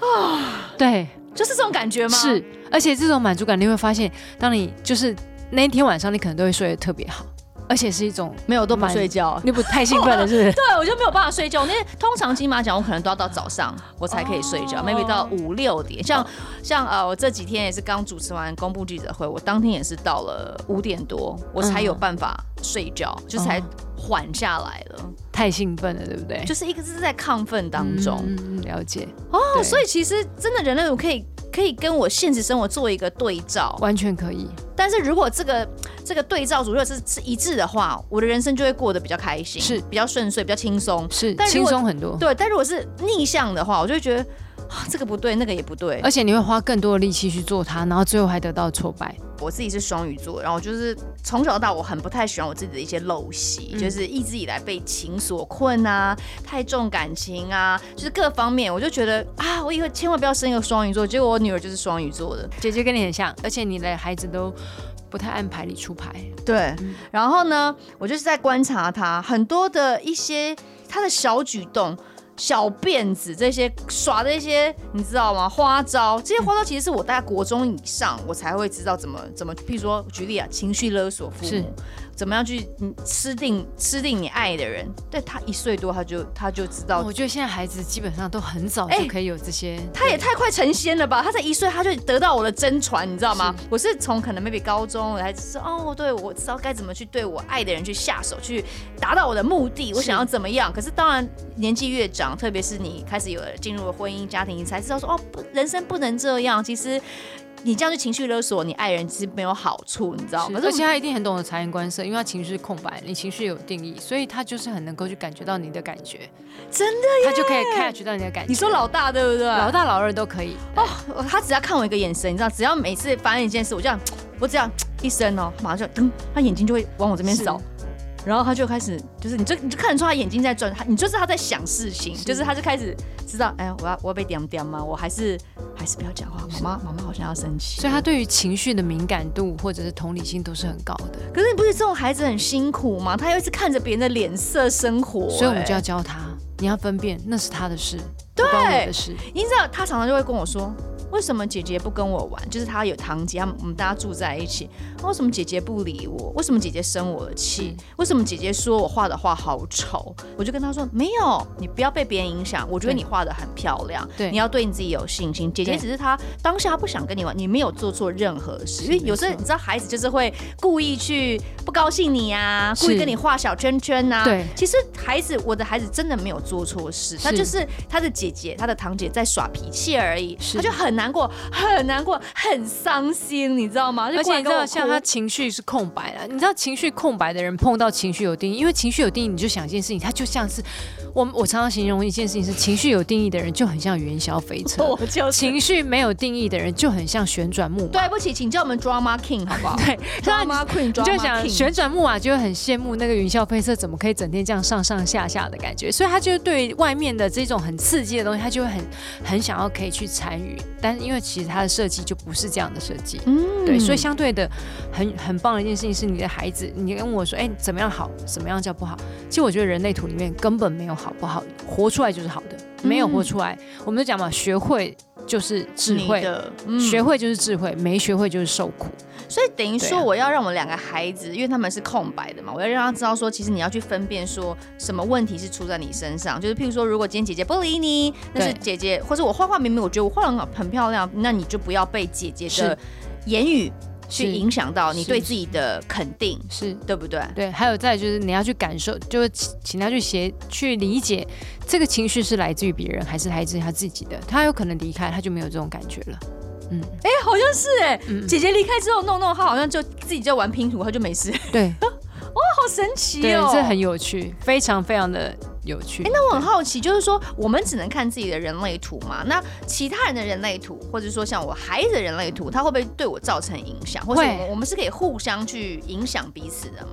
啊，对， 就是这种感觉吗？ 是，而且这种满足感你会发现，当你就是那一天晚上，你可能都会睡得特别好。而且是一种没有都不睡觉， 你不太兴奋了是不是？ 对，我就没有办法睡觉。因为通常金马奖我可能都要到早上我才可以睡觉、oh. ，maybe 到五六点。像、oh. 像呃，我这几天也是刚主持完公布记者会，我当天也是到了五点多，我才有办法睡觉，嗯、就才缓下来了。 太兴奋了，对不对？ 就是一个是在亢奋当中， 嗯，了解。 哦，所以其实真的人类我可以。可以跟我现实生活做一个对照， 完全可以。 但是如果这个这个对照组如果是是一致的话，我的人生就会过得比较开心，是比较顺遂，比较轻松， 是轻松很多。 对，但如果是逆向的话，我就会觉得、啊、这个不对，那个也不对， 而且你会花更多的力气去做它，然后最后还得到挫败。 我自己是双鱼座，然后就是从小到大我很不太喜欢我自己的一些陋习、嗯，就是一直以来被情所困啊，太重感情啊，就是各方面，我就觉得啊，我以后千万不要生一个双鱼座。结果我女儿就是双鱼座的， 姐姐跟你很像，而且你的孩子都不太按牌理出牌。 对，嗯、然后呢，我就是在观察她很多的一些她的小举动。小辫子这些耍的一些你知道吗？花招，这些花招其实是我大概国中以上我才会知道怎么怎么，譬如说举例啊，情绪勒索父母，怎么样去吃定吃定你爱的人。对，他一岁多他就他就知道、哦。 我觉得现在孩子基本上都很早就可以有这些，欸、 他也太快成仙了吧？他才一岁他就得到我的真传，你知道吗？是我是从可能 maybe 高中我才知道哦，对我知道该怎么去对我爱的人去下手，去达到我的目的，我想要怎么样。可是当然年纪越长。特别是你开始有了进入了婚姻家庭，你才知道说哦，人生不能这样。其实你这样去情绪勒索你爱人，其实没有好处，你知道吗？ 而且他一定很懂得察言观色，因为他情绪空白，你情绪有定义，所以他就是很能够去感觉到你的感觉。 真的耶， 他就可以 catch 到你的感觉。 你说老大对不对？ 老大老二都可以哦。他只要看我一个眼神，你知道，只要每次发生一件事，我这样，我这样一声哦，马上就噔，他眼睛就会往我这边扫。然后他就开始，就是你就你就看得出他眼睛在转，你就是他在想事情，是就是他就开始知道，哎，我要我要被点点吗？我还是还是不要讲话，妈妈妈妈好像要生气。 所以他对于情绪的敏感度或者是同理心都是很高的。 可是你不是这种孩子很辛苦吗？他又一直看着别人的脸色生活， 所以我们就要教他，你要分辨那是他的事， 对， 不关我的事。 你知道他常常就会跟我说。为什么姐姐不跟我玩？就是他有堂姐，他们我们大家住在一起。为什么姐姐不理我？为什么姐姐生我的气？为什么姐姐说我画的画好丑？我就跟他说，没有，你不要被别人影响。我觉得你画的很漂亮，你要对你自己有信心。姐姐只是她当下不想跟你玩，你没有做错任何事。因为有时候你知道，孩子就是会故意去不高兴你啊，故意跟你画小圈圈啊。对，其实孩子，我的孩子真的没有做错事，他就是他的姐姐、他的堂姐在耍脾气而已，他就很难。难过，很难过，很伤心，你知道吗？ 而且你知道，像他情绪是空白了。你知道，情绪空白的人碰到情绪有定义，因为情绪有定义，你就想一件事情，他就像是我我常常形容一件事情是，情绪有定义的人就很像云霄飞车，我就是、情绪没有定义的人就很像旋转木马。 对不起，请叫我们 Drama King 好不好？ 对 ，Drama Queen， 你就想旋转木马就会很羡慕那个云霄飞车怎么可以整天这样上上下下的感觉，所以他就对外面的这种很刺激的东西，他就会很很想要可以去参与，但因为其实他的设计就不是这样的设计，嗯，对，所以相对的很很棒的一件事情是，你的孩子，你跟我说，哎、欸，怎么样好，怎么样叫不好？其实我觉得人类图里面根本没有好不好，活出来就是好的，没有活出来，嗯、我们就讲嘛，学会就是智慧，嗯、学会就是智慧，没学会就是受苦。 所以等于说，我要让我两个孩子，因为他们是空白的嘛，我要让他知道说，其实你要去分辨说什么问题是出在你身上。就是譬如说，如果今天姐姐不理你，那是姐姐，或者我画画明明我觉得我画得很漂亮，那你就不要被姐姐的言语去影响到你对自己的肯定，是对不对？ 对，还有再就是你要去感受，就是请他去协去理解这个情绪是来自于别人还是来自于他自己的。他有可能离开，他就没有这种感觉了。 嗯，哎、欸，好像是哎、欸嗯，姐姐离开之后弄弄，他好像就自己在玩拼图，他就没事。 对， 哇，好神奇哦！ 对，这很有趣，非常非常的有趣。 哎、欸，那我很好奇，就是说我们只能看自己的人类图嘛？那其他人的人类图，或者说像我孩子的人类图，他会不会对我造成影响？或者我们是可以互相去影响彼此的吗？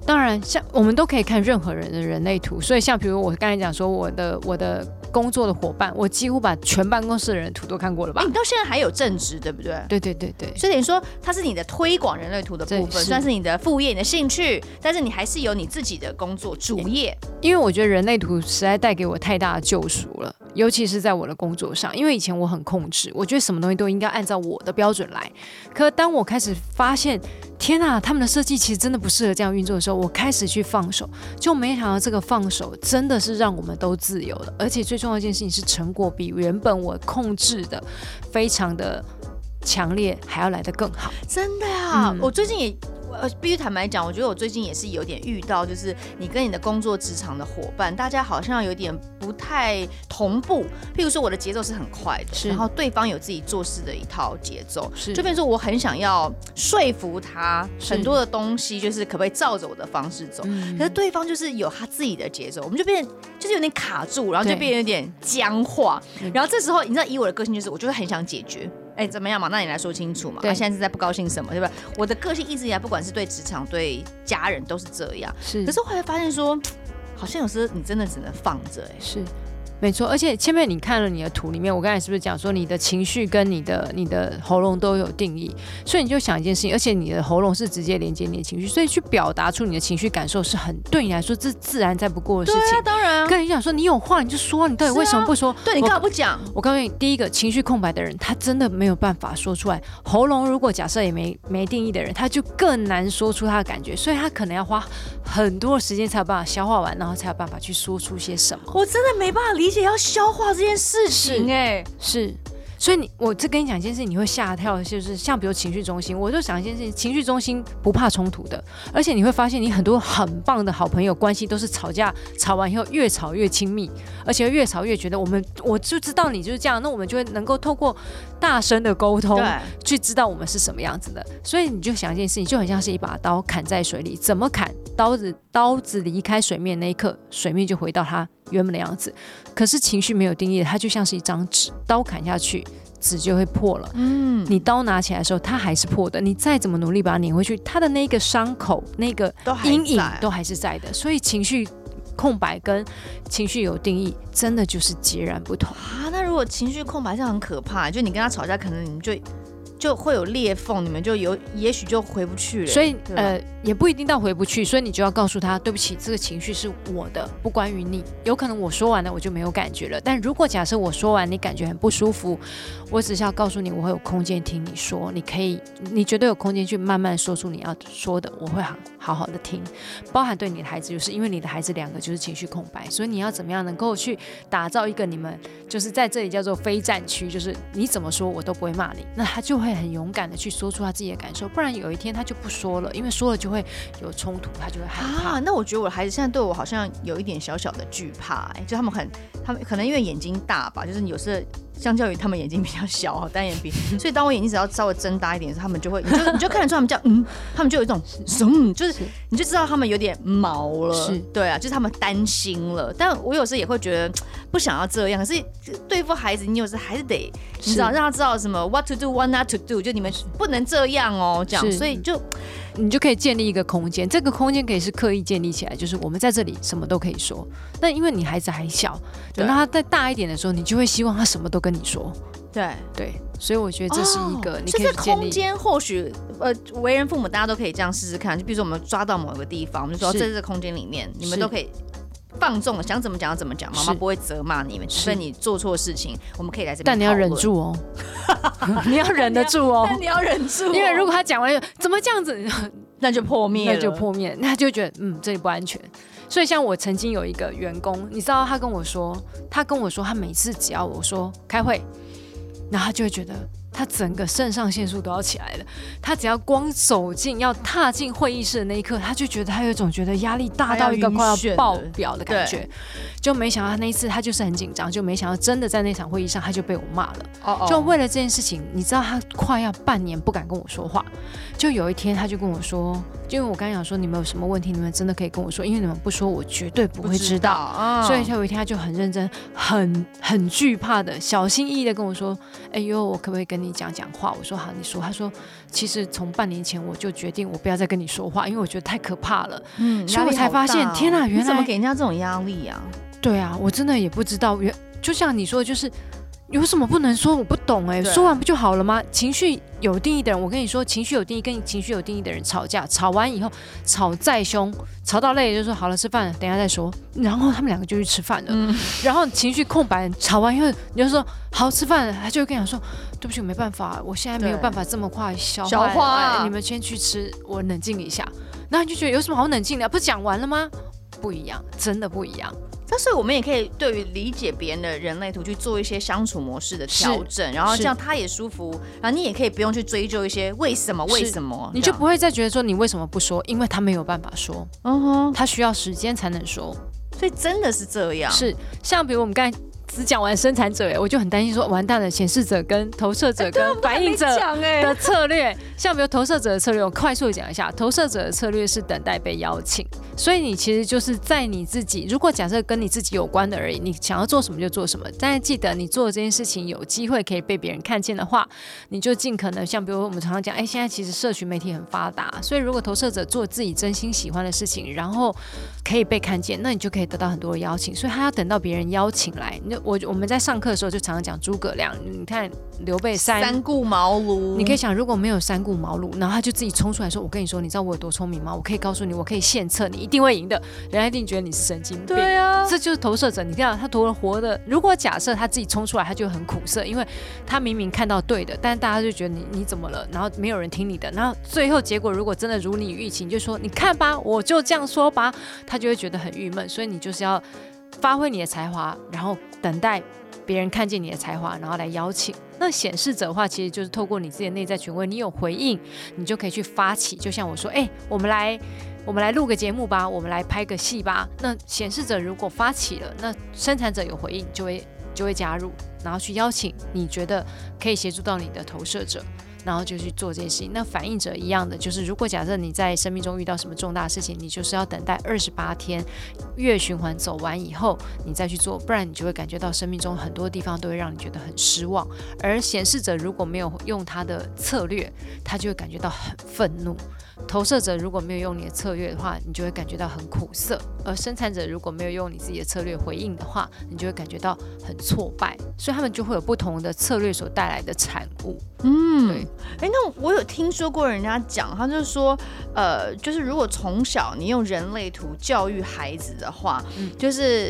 当然，像我们都可以看任何人的人类图，所以像比如我刚才讲说我的我的工作的伙伴，我几乎把全办公室的人的图都看过了吧？ 欸、你到现在还有正职，对不对？ 对对对对。 所以等于说，它是你的推广人类图的部分，算是你的副业、你的兴趣，但是你还是有你自己的工作主业。 因为我觉得人类图实在带给我太大的救赎了，尤其是在我的工作上。因为以前我很控制，我觉得什么东西都应该按照我的标准来。可当我开始发现，天啊，他们的设计其实真的不适合这样运作的时候，我开始去放手，就没想到这个放手真的是让我们都自由了，而且最重要的一件事情是成果比原本我控制的非常的强烈还要来得更好。 真的啊、嗯、我最近也呃，必须坦白讲，我觉得我最近也是有点遇到，就是你跟你的工作职场的伙伴，大家好像有点不太同步。譬如说，我的节奏是很快的，然后对方有自己做事的一套节奏，就变成说我很想要说服他很多的东西，就是可不可以照着我的方式走。嗯、可是对方就是有他自己的节奏，我们就变就是有点卡住，然后就变得有点僵化。然后这时候，你知道，以我的个性就是，我就会很想解决。哎，怎么样嘛？那你来说清楚嘛。他、啊、现在是在不高兴什么，对吧？我的个性一直以来，不管是对职场、对家人，都是这样。是，可是后来发现说，好像有时候你真的只能放着。哎， 是。没错，而且千佩，你看了你的图里面，我刚才是不是讲说你的情绪跟你的你的喉咙都有定义，所以你就想一件事情，而且你的喉咙是直接连接你的情绪，所以去表达出你的情绪感受是很对你来说这自然再不过的事情。 对啊，当然。 跟你讲说你有话你就说，你到底为什么不说？ 啊、对，你干嘛不讲？ 我告诉你，第一个情绪空白的人，他真的没有办法说出来。喉咙如果假设也没没定义的人，他就更难说出他的感觉，所以他可能要花很多的时间才有办法消化完，然后才有办法去说出些什么。 我真的没办法理解要消化这件事情哎， 是，所以你我这跟你讲一件事情，你会吓跳的，就是像比如情绪中心，我就想一件事情，情绪中心不怕冲突的，而且你会发现你很多很棒的好朋友关系都是吵架，吵完以后越吵越亲密，而且越吵越觉得我们我就知道你就是这样，那我们就会能够透过大声的沟通去知道我们是什么样子的。所以你就想一件事情，就很像是一把刀砍在水里，怎么砍？刀子刀子离开水面那一刻，水面就回到它原本的样子。可是情绪没有定义的，它就像是一张纸，刀砍下去，纸就会破了。嗯，你刀拿起来的时候，它还是破的。你再怎么努力把它拧回去，它的那个伤口、那个阴影都还是在的。所以情绪空白跟情绪有定义，真的就是截然不同啊。那如果情绪空白，这样很可怕。就你跟他吵架，可能你们就。就会有裂缝，你们就有也许就回不去了。 所以呃，也不一定到回不去，所以你就要告诉他，对不起，这个情绪是我的，不关于你。有可能我说完了，我就没有感觉了。但如果假设我说完，你感觉很不舒服，我只是要告诉你，我会有空间听你说，你可以，你绝对有空间去慢慢说出你要说的，我会好好好的听。包含对你的孩子，就是因为你的孩子两个就是情绪空白，所以你要怎么样能够去打造一个你们就是在这里叫做非战区，就是你怎么说我都不会骂你，那他就会很勇敢的去说出他自己的感受，不然有一天他就不说了，因为说了就会有冲突，他就会害怕。 啊，那我觉得我的孩子现在对我好像有一点小小的惧怕、欸，就他们很，他们可能因为眼睛大吧，就是有时候相较于他们眼睛比较小，单眼皮，所以当我眼睛只要稍微睁大一点的时候，他们就会，你就你就看得出他们这样，嗯，他们就有一种，嗯，就是你就知道他们有点毛了，是，对啊，就是他们担心了。但我有时候也会觉得不想要这样，可是对付孩子，你有时候还是得，你知道让他知道什么 what to do, what not to do， 就你们不能这样哦，这样，所以就。 你就可以建立一个空间，这个空间可以是刻意建立起来，就是我们在这里什么都可以说。但因为你孩子还小，等到他再大一点的时候，你就会希望他什么都跟你说。 对对，所以我觉得这是一个你可以建立。 这空间或许呃，为人父母大家都可以这样试试看。就比如说我们抓到某个地方，我们就说在这个空间里面，你们都可以。放纵了，想怎么讲怎么讲，妈妈不会责骂你们，除非你做错事情，我们可以来这边。 但你要忍住哦，你要忍得住哦， 但你要忍住、哦， 因为如果他讲完怎么这样子， 那就破灭了， 那就破灭，那他就觉得嗯这里不安全。所以像我曾经有一个员工，你知道他跟我说，他跟我说他每次只要我说开会，然后他就会觉得。他整个肾上腺素都要起来了，他只要光走进要踏进会议室的那一刻，他就觉得他有一种觉得压力大到一个快要爆表的感觉。就没想到他那一次他就是很紧张，就没想到真的在那场会议上他就被我骂了。Oh, oh. 就为了这件事情，你知道他快要半年不敢跟我说话。就有一天他就跟我说，就因为我刚才讲说你们有什么问题，你们真的可以跟我说，因为你们不说我绝对不会知道。知道 oh. 所以有一天他就很认真、很很惧怕的、小心翼翼的跟我说：“哎呦，我可不可以跟你？” 你讲讲话。我说好，你说。他说其实从半年前我就决定我不要再跟你说话，因为我觉得太可怕了。嗯，所以我才发现，天哪，原来你怎么给人家这种压力啊？ 对啊，我真的也不知道，原就像你说的，就是有什么不能说？我不懂哎、欸，说完不就好了吗？情绪有定义的人，我跟你说，情绪有定义跟情绪有定义的人吵架，吵完以后吵再凶，吵到累就说好了，吃饭了，等一下再说。然后他们两个就去吃饭了。嗯、然后情绪空白，吵完以后你就说好吃饭了，他就会跟你讲说对不起，我没办法，我现在没有办法这么快消化，消化、哎，你们先去吃，我冷静一下。然后你就觉得有什么好冷静的？不是讲完了吗？不一样，真的不一样。 但是我们也可以对于理解别人的人类图去做一些相处模式的调整，然后这样他也舒服，然后你也可以不用去追究一些为什么为什么， 你就不会再觉得说你为什么不说，因为他没有办法说，嗯哼，他需要时间才能说， 所以真的是这样。 是像比如我们刚才只讲完生产者，我就很担心说完蛋了，显示者跟投射者跟反映者的策略，像比如投射者的策略，我快速讲一下，投射者的策略是等待被邀请，所以你其实就是在你自己，如果假设跟你自己有关的而已，你想要做什么就做什么，但是记得你做的这件事情有机会可以被别人看见的话，你就尽可能像比如我们常常讲，哎，现在其实社群媒体很发达，所以如果投射者做自己真心喜欢的事情，然后可以被看见，那你就可以得到很多的邀请，所以他要等到别人邀请来。我我们在上课的时候就常常讲诸葛亮，你看刘备三三顾茅庐， 你可以想如果没有三顾茅庐，然后他就自己冲出来说，我跟你说，你知道我有多聪明吗？我可以告诉你，我可以献策，你一定会赢的，人家一定觉得你是神经病。 对啊， 这就是投射者。你看他多活的，如果假设他自己冲出来，他就很苦涩，因为他明明看到对的，但是大家就觉得你你怎么了？然后没有人听你的，然后最后结果如果真的如你预期，你就说你看吧，我就这样说吧，他就会觉得很郁闷。所以你就是要发挥你的才华，然后等待别人看见你的才华，然后来邀请。那显示者的话，其实就是透过你自己的内在权威，你有回应，你就可以去发起。就像我说，哎、欸，我们来，我们来录个节目吧，我们来拍个戏吧。那显示者如果发起了，那生产者有回应，就会就会加入，然后去邀请你觉得可以协助到你的投射者。然后就去做这些事情。那反应者一样的，就是如果假设你在生命中遇到什么重大的事情，你就是要等待二十八天月循环走完以后，你再去做，不然你就会感觉到生命中很多地方都会让你觉得很失望。而显示者如果没有用他的策略，他就会感觉到很愤怒。投射者如果没有用你的策略的话，你就会感觉到很苦涩；而生产者如果没有用你自己的策略回应的话，你就会感觉到很挫败。所以他们就会有不同的策略所带来的产物。嗯，对。 哎，那我有听说过人家讲，他就是说，呃，就是如果从小你用人类图教育孩子的话，嗯、就是。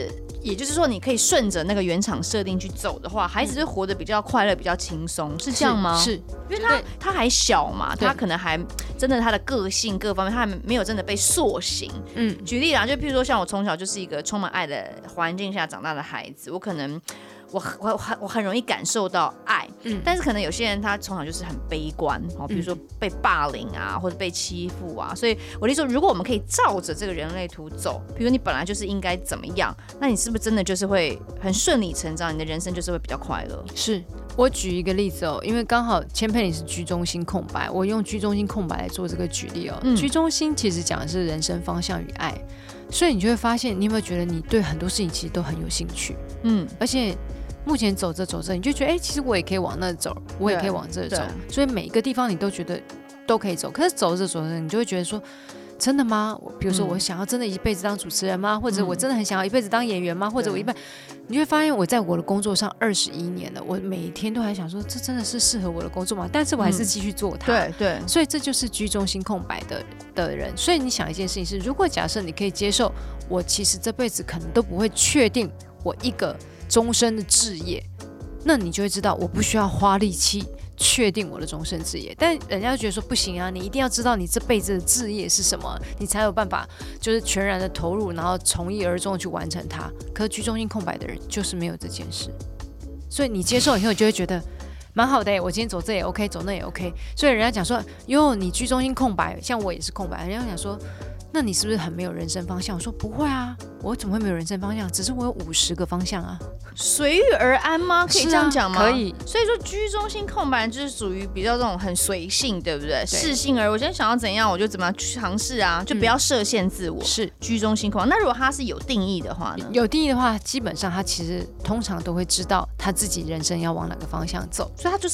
也就是说，你可以顺着那个原厂设定去走的话，孩子就活得比较快乐、比较轻松，是这样吗？ 是，是因为他他还小嘛，他可能还真的他的个性各方面，他还没有真的被塑形。嗯，举例啦，就譬如说，像我从小就是一个充满爱的环境下长大的孩子，我可能。我我我很容易感受到爱，嗯，但是可能有些人他从小就是很悲观，哦，比如说被霸凌啊，或者被欺负啊，所以我就说，如果我们可以照着这个人类图走，比如你本来就是应该怎么样，那你是不是真的就是会很顺理成章，你的人生就是会比较快乐？ 是我举一个例子哦，因为刚好千佩你是居中心空白，我用居中心空白来做这个举例哦。嗯、居中心其实讲的是人生方向与爱，所以你就会发现，你有没有觉得你对很多事情其实都很有兴趣？嗯，而且。目前走着走着，你就觉得，哎、欸，其实我也可以往那走，我也可以往这走，所以每一个地方你都觉得都可以走。可是走着走着，你就会觉得说，真的吗？比如说，我想要真的一辈子当主持人吗？或者我真的很想要一辈子当演员吗？或者我一辈，你会发现我在我的工作上二十一年了，我每天都还想说，这真的是适合我的工作吗？但是我还是继续做它。 对对， 所以这就是居中心空白的的人。所以你想一件事情是，如果假设你可以接受，我其实这辈子可能都不会确定我一个。终身的志业，那你就会知道我不需要花力气确定我的终身志业。但人家就觉得说不行啊，你一定要知道你这辈子的志业是什么，你才有办法就是全然的投入，然后从一而终的去完成它。可是居中心空白的人就是没有这件事，所以你接受以后，你就会觉得蛮好的、欸，我今天走这也 OK， 走那也 OK。所以人家讲说，哟，你居中心空白，像我也是空白，人家讲说。那你是不是很没有人生方向？我说不会啊，我怎么会没有人生方向？只是我有五十个方向啊， 随遇而安吗？可以这样讲吗？ 啊、可以。 所以说居中心空白就是属于比较这种很随性，对不对？适性而我今天想要怎样，我就怎么样去尝试啊，就不要设限自我。嗯、是居中心空白。那如果他是有定义的话呢？ 有定义的话，基本上他其实通常都会知道他自己人生要往哪个方向走， 所以他就是。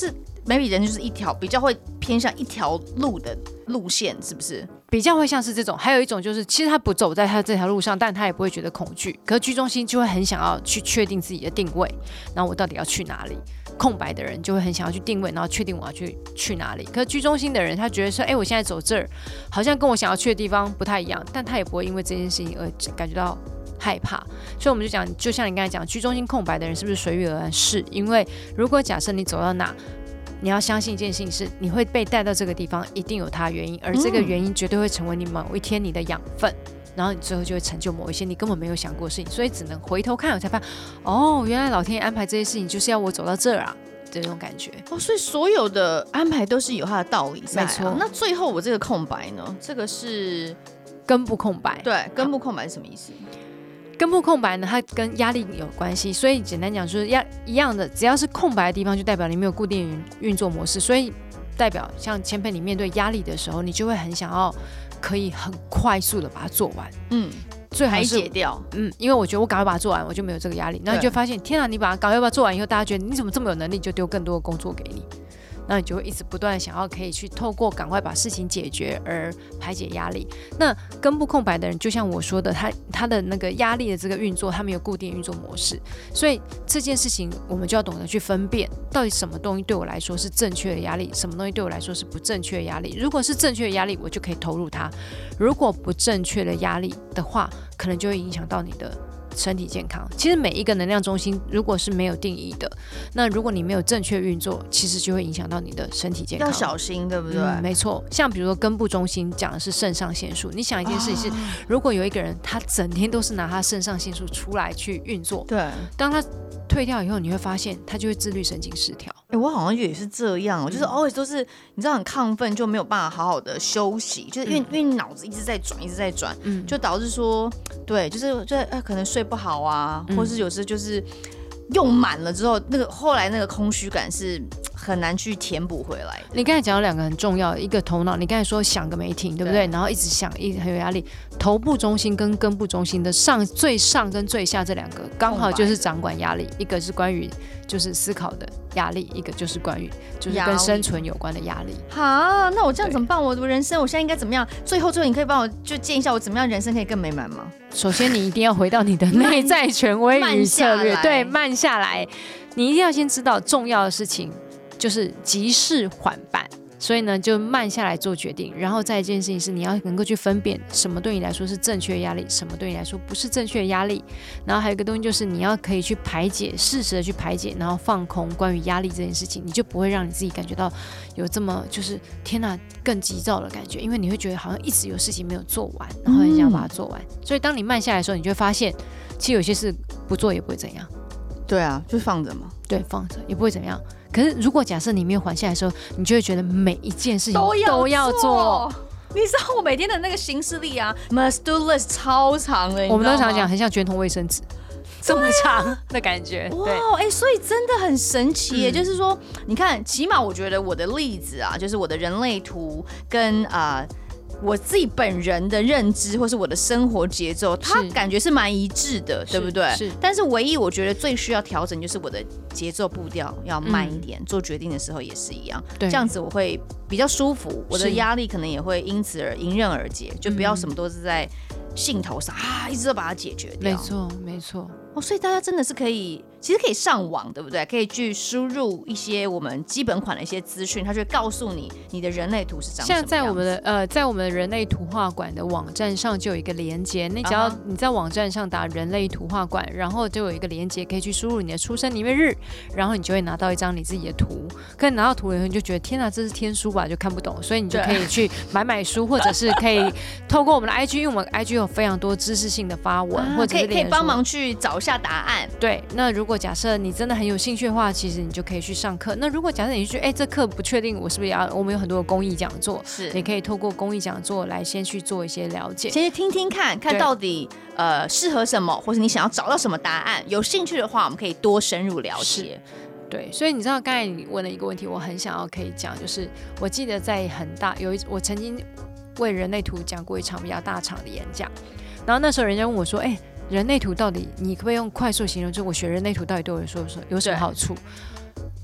maybe 人就是一条比较会偏向一条路的路线，是不是？ 比较会像是这种，还有一种就是，其实他不走在他这条路上，但他也不会觉得恐惧。可是居中心就会很想要去确定自己的定位，然后我到底要去哪里？空白的人就会很想要去定位，然后确定我要去去哪里。可是居中心的人，他觉得说，哎，我现在走这儿，好像跟我想要去的地方不太一样，但他也不会因为这件事情而感觉到害怕。所以我们就讲，就像你刚才讲，居中心空白的人是不是随遇而安？是，因为如果假设你走到哪，你要相信一件事情是，你会被带到这个地方，一定有它的原因，而这个原因绝对会成为你某一天你的养分，然后你最后就会成就某一些你根本没有想过的事情，所以只能回头看，我才发现，哦，原来老天爷安排这些事情就是要我走到这儿啊，这种感觉。 哦，所以所有的安排都是有它的道理在、啊， 没错。 那最后我这个空白呢？这个是根部空白。 对，根部空白是什么意思？ 根部空白呢，它跟压力有关系，所以简单讲就是要一样的，只要是空白的地方，就代表你没有固定运作模式，所以代表像千佩你面对压力的时候，你就会很想要可以很快速的把它做完，嗯，最好是排解掉， 嗯，因为我觉得我赶快把它做完，我就没有这个压力，然后你就发现，天啊，你把它赶快把它做完以后，大家觉得你怎么这么有能力，就丢更多的工作给你。那你就会一直不断想要可以去透过赶快把事情解决而排解压力。那根部空白的人，就像我说的，他他的那个压力的这个运作，他没有固定运作模式，所以这件事情我们就要懂得去分辨，到底什么东西对我来说是正确的压力，什么东西对我来说是不正确的压力。如果是正确的压力，我就可以投入它；如果不正确的压力的话，可能就会影响到你的身体健康。其实每一个能量中心如果是没有定义的，那如果你没有正确运作，其实就会影响到你的身体健康， 要小心，对不对？ 嗯、没错。像比如说根部中心讲的是肾上腺素，你想一件事情是，哦、如果有一个人他整天都是拿他肾上腺素出来去运作， 对， 当他退掉以后，你会发现他就会自律神经失调。 哎、欸，我好像也是这样，我就是 always 都是你知道很亢奋，就没有办法好好的休息，就是因为、嗯、因为你脑子一直在转，一直在转，嗯，就导致说，对，就是就、呃、可能睡不好啊，嗯、或是有时就是用满了之后，那个后来那个空虚感是很难去填补回来的。 你刚才讲到两个很重要的，一个头脑，你刚才说想个没停，对不对？对，然后一直想，一直很有压力。头部中心跟根部中心的上最上跟最下这两个，刚好就是掌管压力，一个是关于就是思考的压力，一个就是关于就是跟生存有关的压力。 好，那我这样怎么办？我的人生我现在应该怎么样？最后最后你可以帮我就建议一下，我怎么样人生可以更美满吗？ 首先你一定要回到你的内在权威与策略，对，慢下来。你一定要先知道重要的事情就是急事缓办，所以呢就慢下来做决定。然后再一件事情是你要能够去分辨什么对你来说是正确的压力，什么对你来说不是正确的压力。然后还有一个东西就是你要可以去排解，适时的去排解，然后放空关于压力这件事情，你就不会让你自己感觉到有这么就是天哪更急躁的感觉，因为你会觉得好像一直有事情没有做完，然后很想把它做完。嗯、所以当你慢下来的时候，你就会发现其实有些事不做也不会怎样。 对啊，就放着嘛。 对，放着也不会怎么样。可是如果假设你没有缓下来的时候，你就会觉得每一件事情都要 做, 都要做。 你知道我每天的那个行事历啊 ，must do list 超长的， 我们都常讲很像卷筒卫生纸，这么长的感觉。 哇，哎、欸，所以真的很神奇耶！嗯、就是说，你看，起码我觉得我的例子啊，就是我的人类图跟啊。呃我自己本人的认知或是我的生活节奏，它感觉是蛮一致的，对不对？是。但是唯一我觉得最需要调整就是我的节奏步调要慢一点，嗯、做决定的时候也是一样，这样子我会比较舒服，我的压力可能也会因此而迎刃而解，就不要什么都是在兴头上啊，一直都把它解决掉。 没错，没错。 哦，所以大家真的是可以，其实可以上网，对不对？可以去输入一些我们基本款的一些资讯，它就会告诉你你的人类图是长什么样子。 像在我们的呃，在我们的人类图画馆的网站上就有一个连结，你只要你在网站上打人类图画馆，然后就有一个连结可以去输入你的出生年月日，然后你就会拿到一张你自己的图。可你拿到图以后，你就觉得天哪，这是天书吧，就看不懂，所以你就可以去买买书，或者是可以透过我们的 I G， 因为我们 I G 有非常多知识性的发文，啊、或者是可以可以帮忙去找一下答案。 对，那如果假设你真的很有兴趣的话，其实你就可以去上课。那如果假设你觉得，哎，这课不确定，我是不是也要？我们有很多的公益讲座，是你可以透过公益讲座来先去做一些了解， 先去听听看看到底呃适合什么，或是你想要找到什么答案。有兴趣的话，我们可以多深入了解。 对，所以你知道刚才你问了一个问题，我很想要可以讲，就是我记得在很大有一我曾经为人类图讲过一场比较大场的演讲，然后那时候人家问我说，哎。人类图到底，你可不可以用快速形容？就是我学人类图到底对我说有什么好处？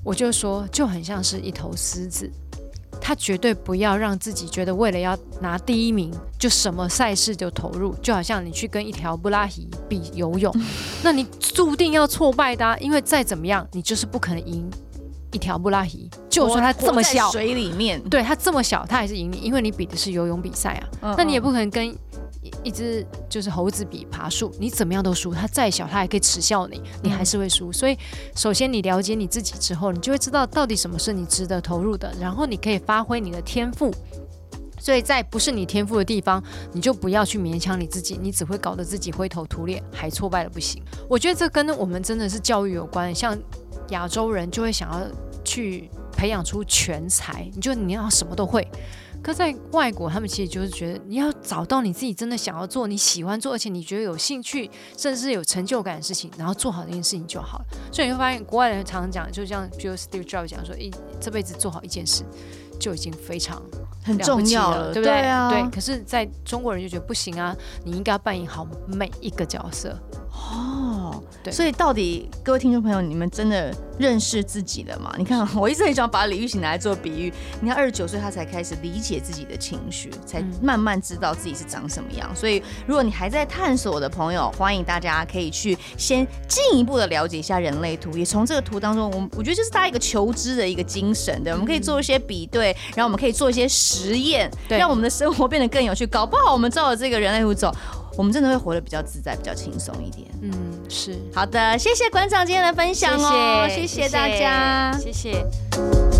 我就说就很像是一头狮子，他绝对不要让自己觉得为了要拿第一名就什么赛事就投入，就好像你去跟一条布拉提比游泳，那你注定要挫败的、啊，因为再怎么样你就是不可能赢一条布拉提，就算它这么小， 水里面， 对，它这么小，它还是赢你，因为你比的是游泳比赛啊。嗯、那你也不可能跟一只就是猴子比爬树，你怎么样都输，它再小，它还可以耻笑你，你还是会输。嗯、所以，首先你了解你自己之后，你就会知道到底什么是你值得投入的，然后你可以发挥你的天赋。所以在不是你天赋的地方，你就不要去勉强你自己，你只会搞得自己灰头土脸，还挫败了不行。我觉得这跟我们真的是教育有关，像亚洲人就会想要去培养出全才，你就你要什么都会。可在外国，他们其实就是觉得你要找到你自己真的想要做、你喜欢做，而且你觉得有兴趣，甚至是有成就感的事情，然后做好这件事情就好了。所以你会发现，国外人常常讲，就像比如 Steve Jobs 讲说，一这辈子做好一件事就已经非常很重要了， 对不对？ 对啊， 对。可是，在中国人就觉得不行啊，你应该要扮演好每一个角色。 哦，对，所以到底各位听众朋友，你们真的认识自己了吗？你看，我一直很想把李玉玺拿来做比喻。你看，二十九岁他才开始理解自己的情绪，才慢慢知道自己是长什么样。所以，如果你还在探索的朋友，欢迎大家可以去先进一步的了解一下人类图，也从这个图当中，我我觉得就是大家一个求知的一个精神的。我们可以做一些比对，然后我们可以做一些实验，让我们的生活变得更有趣。搞不好我们照着这个人类图走，我们真的会活得比较自在，比较轻松一点。 嗯，是。 好的，谢谢馆长今天的分享哦，谢谢，谢谢大家， 谢谢。